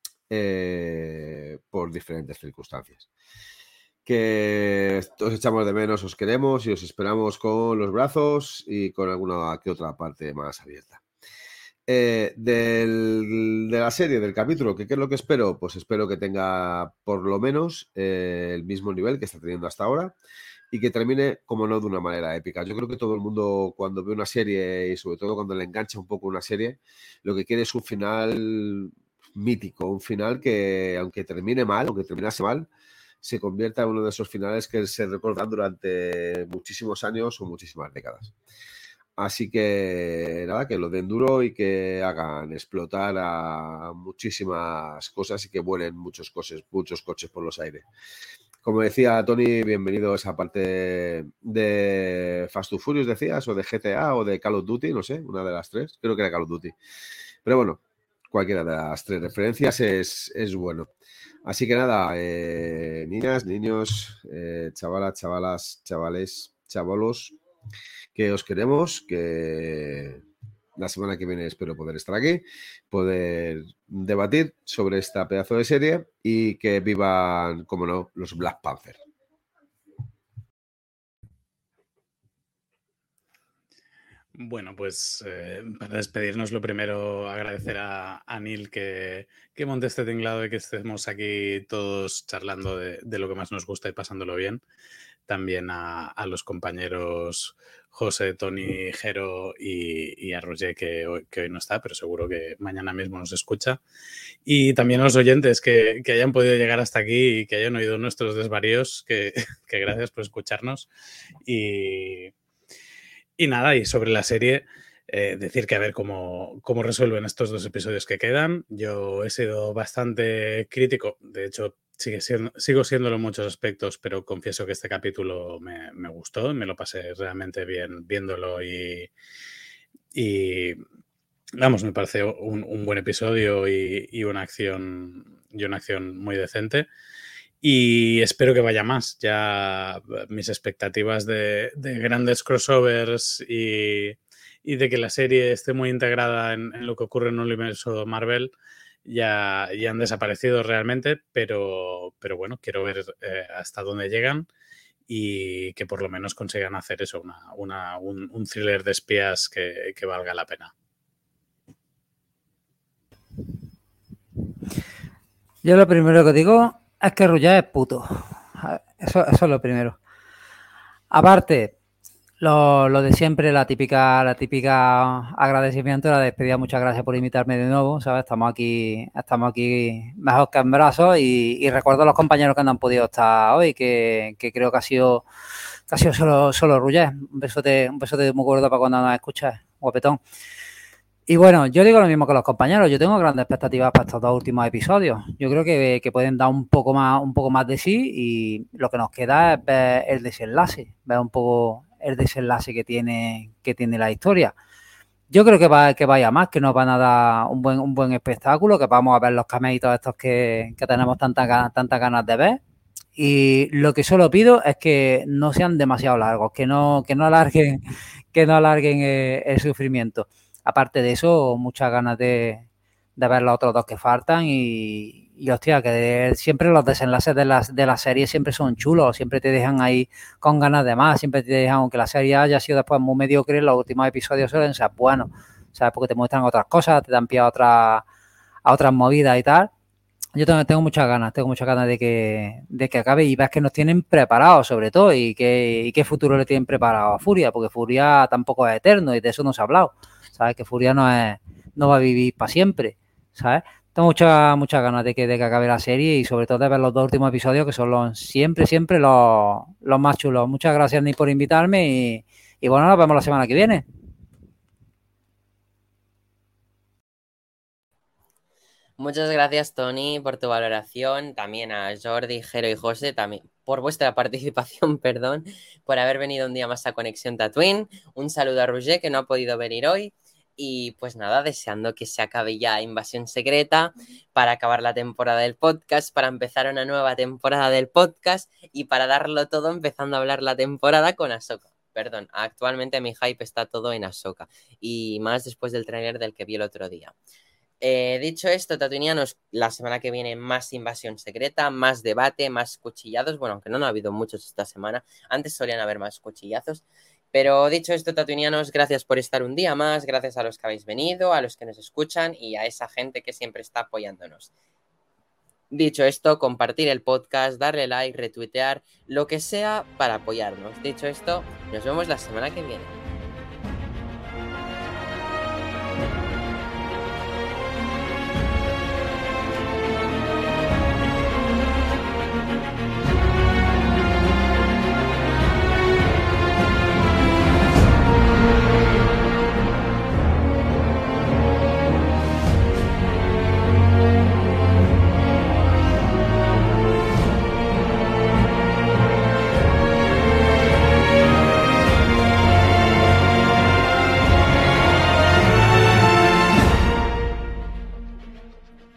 por diferentes circunstancias. Que os echamos de menos, os queremos y os esperamos con los brazos y con alguna que otra parte más abierta. De la serie, del capítulo, ¿qué es lo que espero? Pues espero que tenga por lo menos el mismo nivel que está teniendo hasta ahora y que termine, como no, de una manera épica. Yo creo que todo el mundo, cuando ve una serie y sobre todo cuando le engancha un poco una serie, lo que quiere es un final mítico, un final que, aunque terminase mal, se convierta en uno de esos finales que se recordarán durante muchísimos años o muchísimas décadas. Así que nada, que lo den duro y que hagan explotar a muchísimas cosas y que vuelen muchos coches por los aires. Como decía Tony, bienvenido a esa parte de Fast and Furious, decías, o de GTA o de Call of Duty, no sé, una de las tres, creo que era Call of Duty. Pero bueno, cualquiera de las tres referencias es bueno. Así que nada, niñas, niños, chavalas, chavales, chavalos, que os queremos, que la semana que viene espero poder estar aquí, poder debatir sobre esta pedazo de serie y que vivan, como no, los Black Panther. Bueno, pues para despedirnos, lo primero, agradecer a Neil que monte este tinglado y que estemos aquí todos charlando de lo que más nos gusta y pasándolo bien. También a los compañeros José, Tony, Jero y a Roger, que hoy no está, pero seguro que mañana mismo nos escucha. Y también a los oyentes que hayan podido llegar hasta aquí y que hayan oído nuestros desvaríos, que gracias por escucharnos. Y nada, y sobre la serie, decir que a ver cómo resuelven estos 2 episodios que quedan. Yo he sido bastante crítico, de hecho sigo siéndolo en muchos aspectos, pero confieso que este capítulo me gustó, me lo pasé realmente bien viéndolo y vamos, me parece un buen episodio y una acción muy decente. Y espero que vaya más. Ya mis expectativas de grandes crossovers y de que la serie esté muy integrada en lo que ocurre en un universo Marvel ya han desaparecido realmente, pero bueno, quiero ver hasta dónde llegan y que por lo menos consigan hacer eso, un thriller de espías que valga la pena. Yo lo primero que digo es que Roger es puto. Eso es lo primero. Aparte, lo de siempre, la típica agradecimiento, la despedida. Muchas gracias por invitarme de nuevo, ¿sabes? Estamos aquí mejor que en brazos y recuerdo a los compañeros que no han podido estar hoy, que creo que ha sido solo Roger. Un besote muy gordo para cuando nos escuchas, guapetón. Y bueno, yo digo lo mismo que los compañeros, yo tengo grandes expectativas para estos 2 últimos episodios. Yo creo que pueden dar un poco más de sí y lo que nos queda es ver el desenlace, ver un poco el desenlace que tiene la historia. Yo creo que vaya más, que nos van a dar un buen espectáculo, que vamos a ver los cameitos estos que tenemos tantas ganas de ver. Y lo que solo pido es que no sean demasiado largos, que no alarguen el sufrimiento. Aparte de eso, muchas ganas de ver los otros 2 que faltan y hostia, que siempre los desenlaces de la serie siempre son chulos, siempre te dejan ahí con ganas de más, siempre te dejan, aunque la serie haya sido después muy mediocre, los últimos episodios suelen ser buenos, ¿sabes? Porque te muestran otras cosas, te dan pie a otras movidas y tal. Yo tengo muchas ganas de que acabe y ves que nos tienen preparados sobre todo y qué futuro le tienen preparado a Furia, porque Furia tampoco es eterno y de eso no se ha hablado. ¿Sabes? Que Furia no va a vivir para siempre, ¿sabes? Tengo muchas ganas de que acabe la serie y sobre todo de ver los 2 últimos episodios que son siempre los más chulos. Muchas gracias, Nick, por invitarme y bueno, nos vemos la semana que viene. Muchas gracias, Tony, por tu valoración. También a Jordi, Jero y José, también por vuestra participación, perdón, por haber venido un día más a Conexión Tatooine. Un saludo a Roger, que no ha podido venir hoy. Y pues nada, deseando que se acabe ya Invasión Secreta para acabar la temporada del podcast, para empezar una nueva temporada del podcast y para darlo todo empezando a hablar la temporada con Ahsoka. Perdón, actualmente mi hype está todo en Ahsoka y más después del tráiler del que vi el otro día. Dicho esto, tatuinianos, la semana que viene más Invasión Secreta, más debate, más cuchillados. Bueno, aunque no ha habido muchos esta semana. Antes solían haber más cuchillazos. Pero dicho esto, tatuinianos, gracias por estar un día más. Gracias a los que habéis venido, a los que nos escuchan y a esa gente que siempre está apoyándonos. Dicho esto, compartir el podcast, darle like, retuitear, lo que sea para apoyarnos. Dicho esto, nos vemos la semana que viene.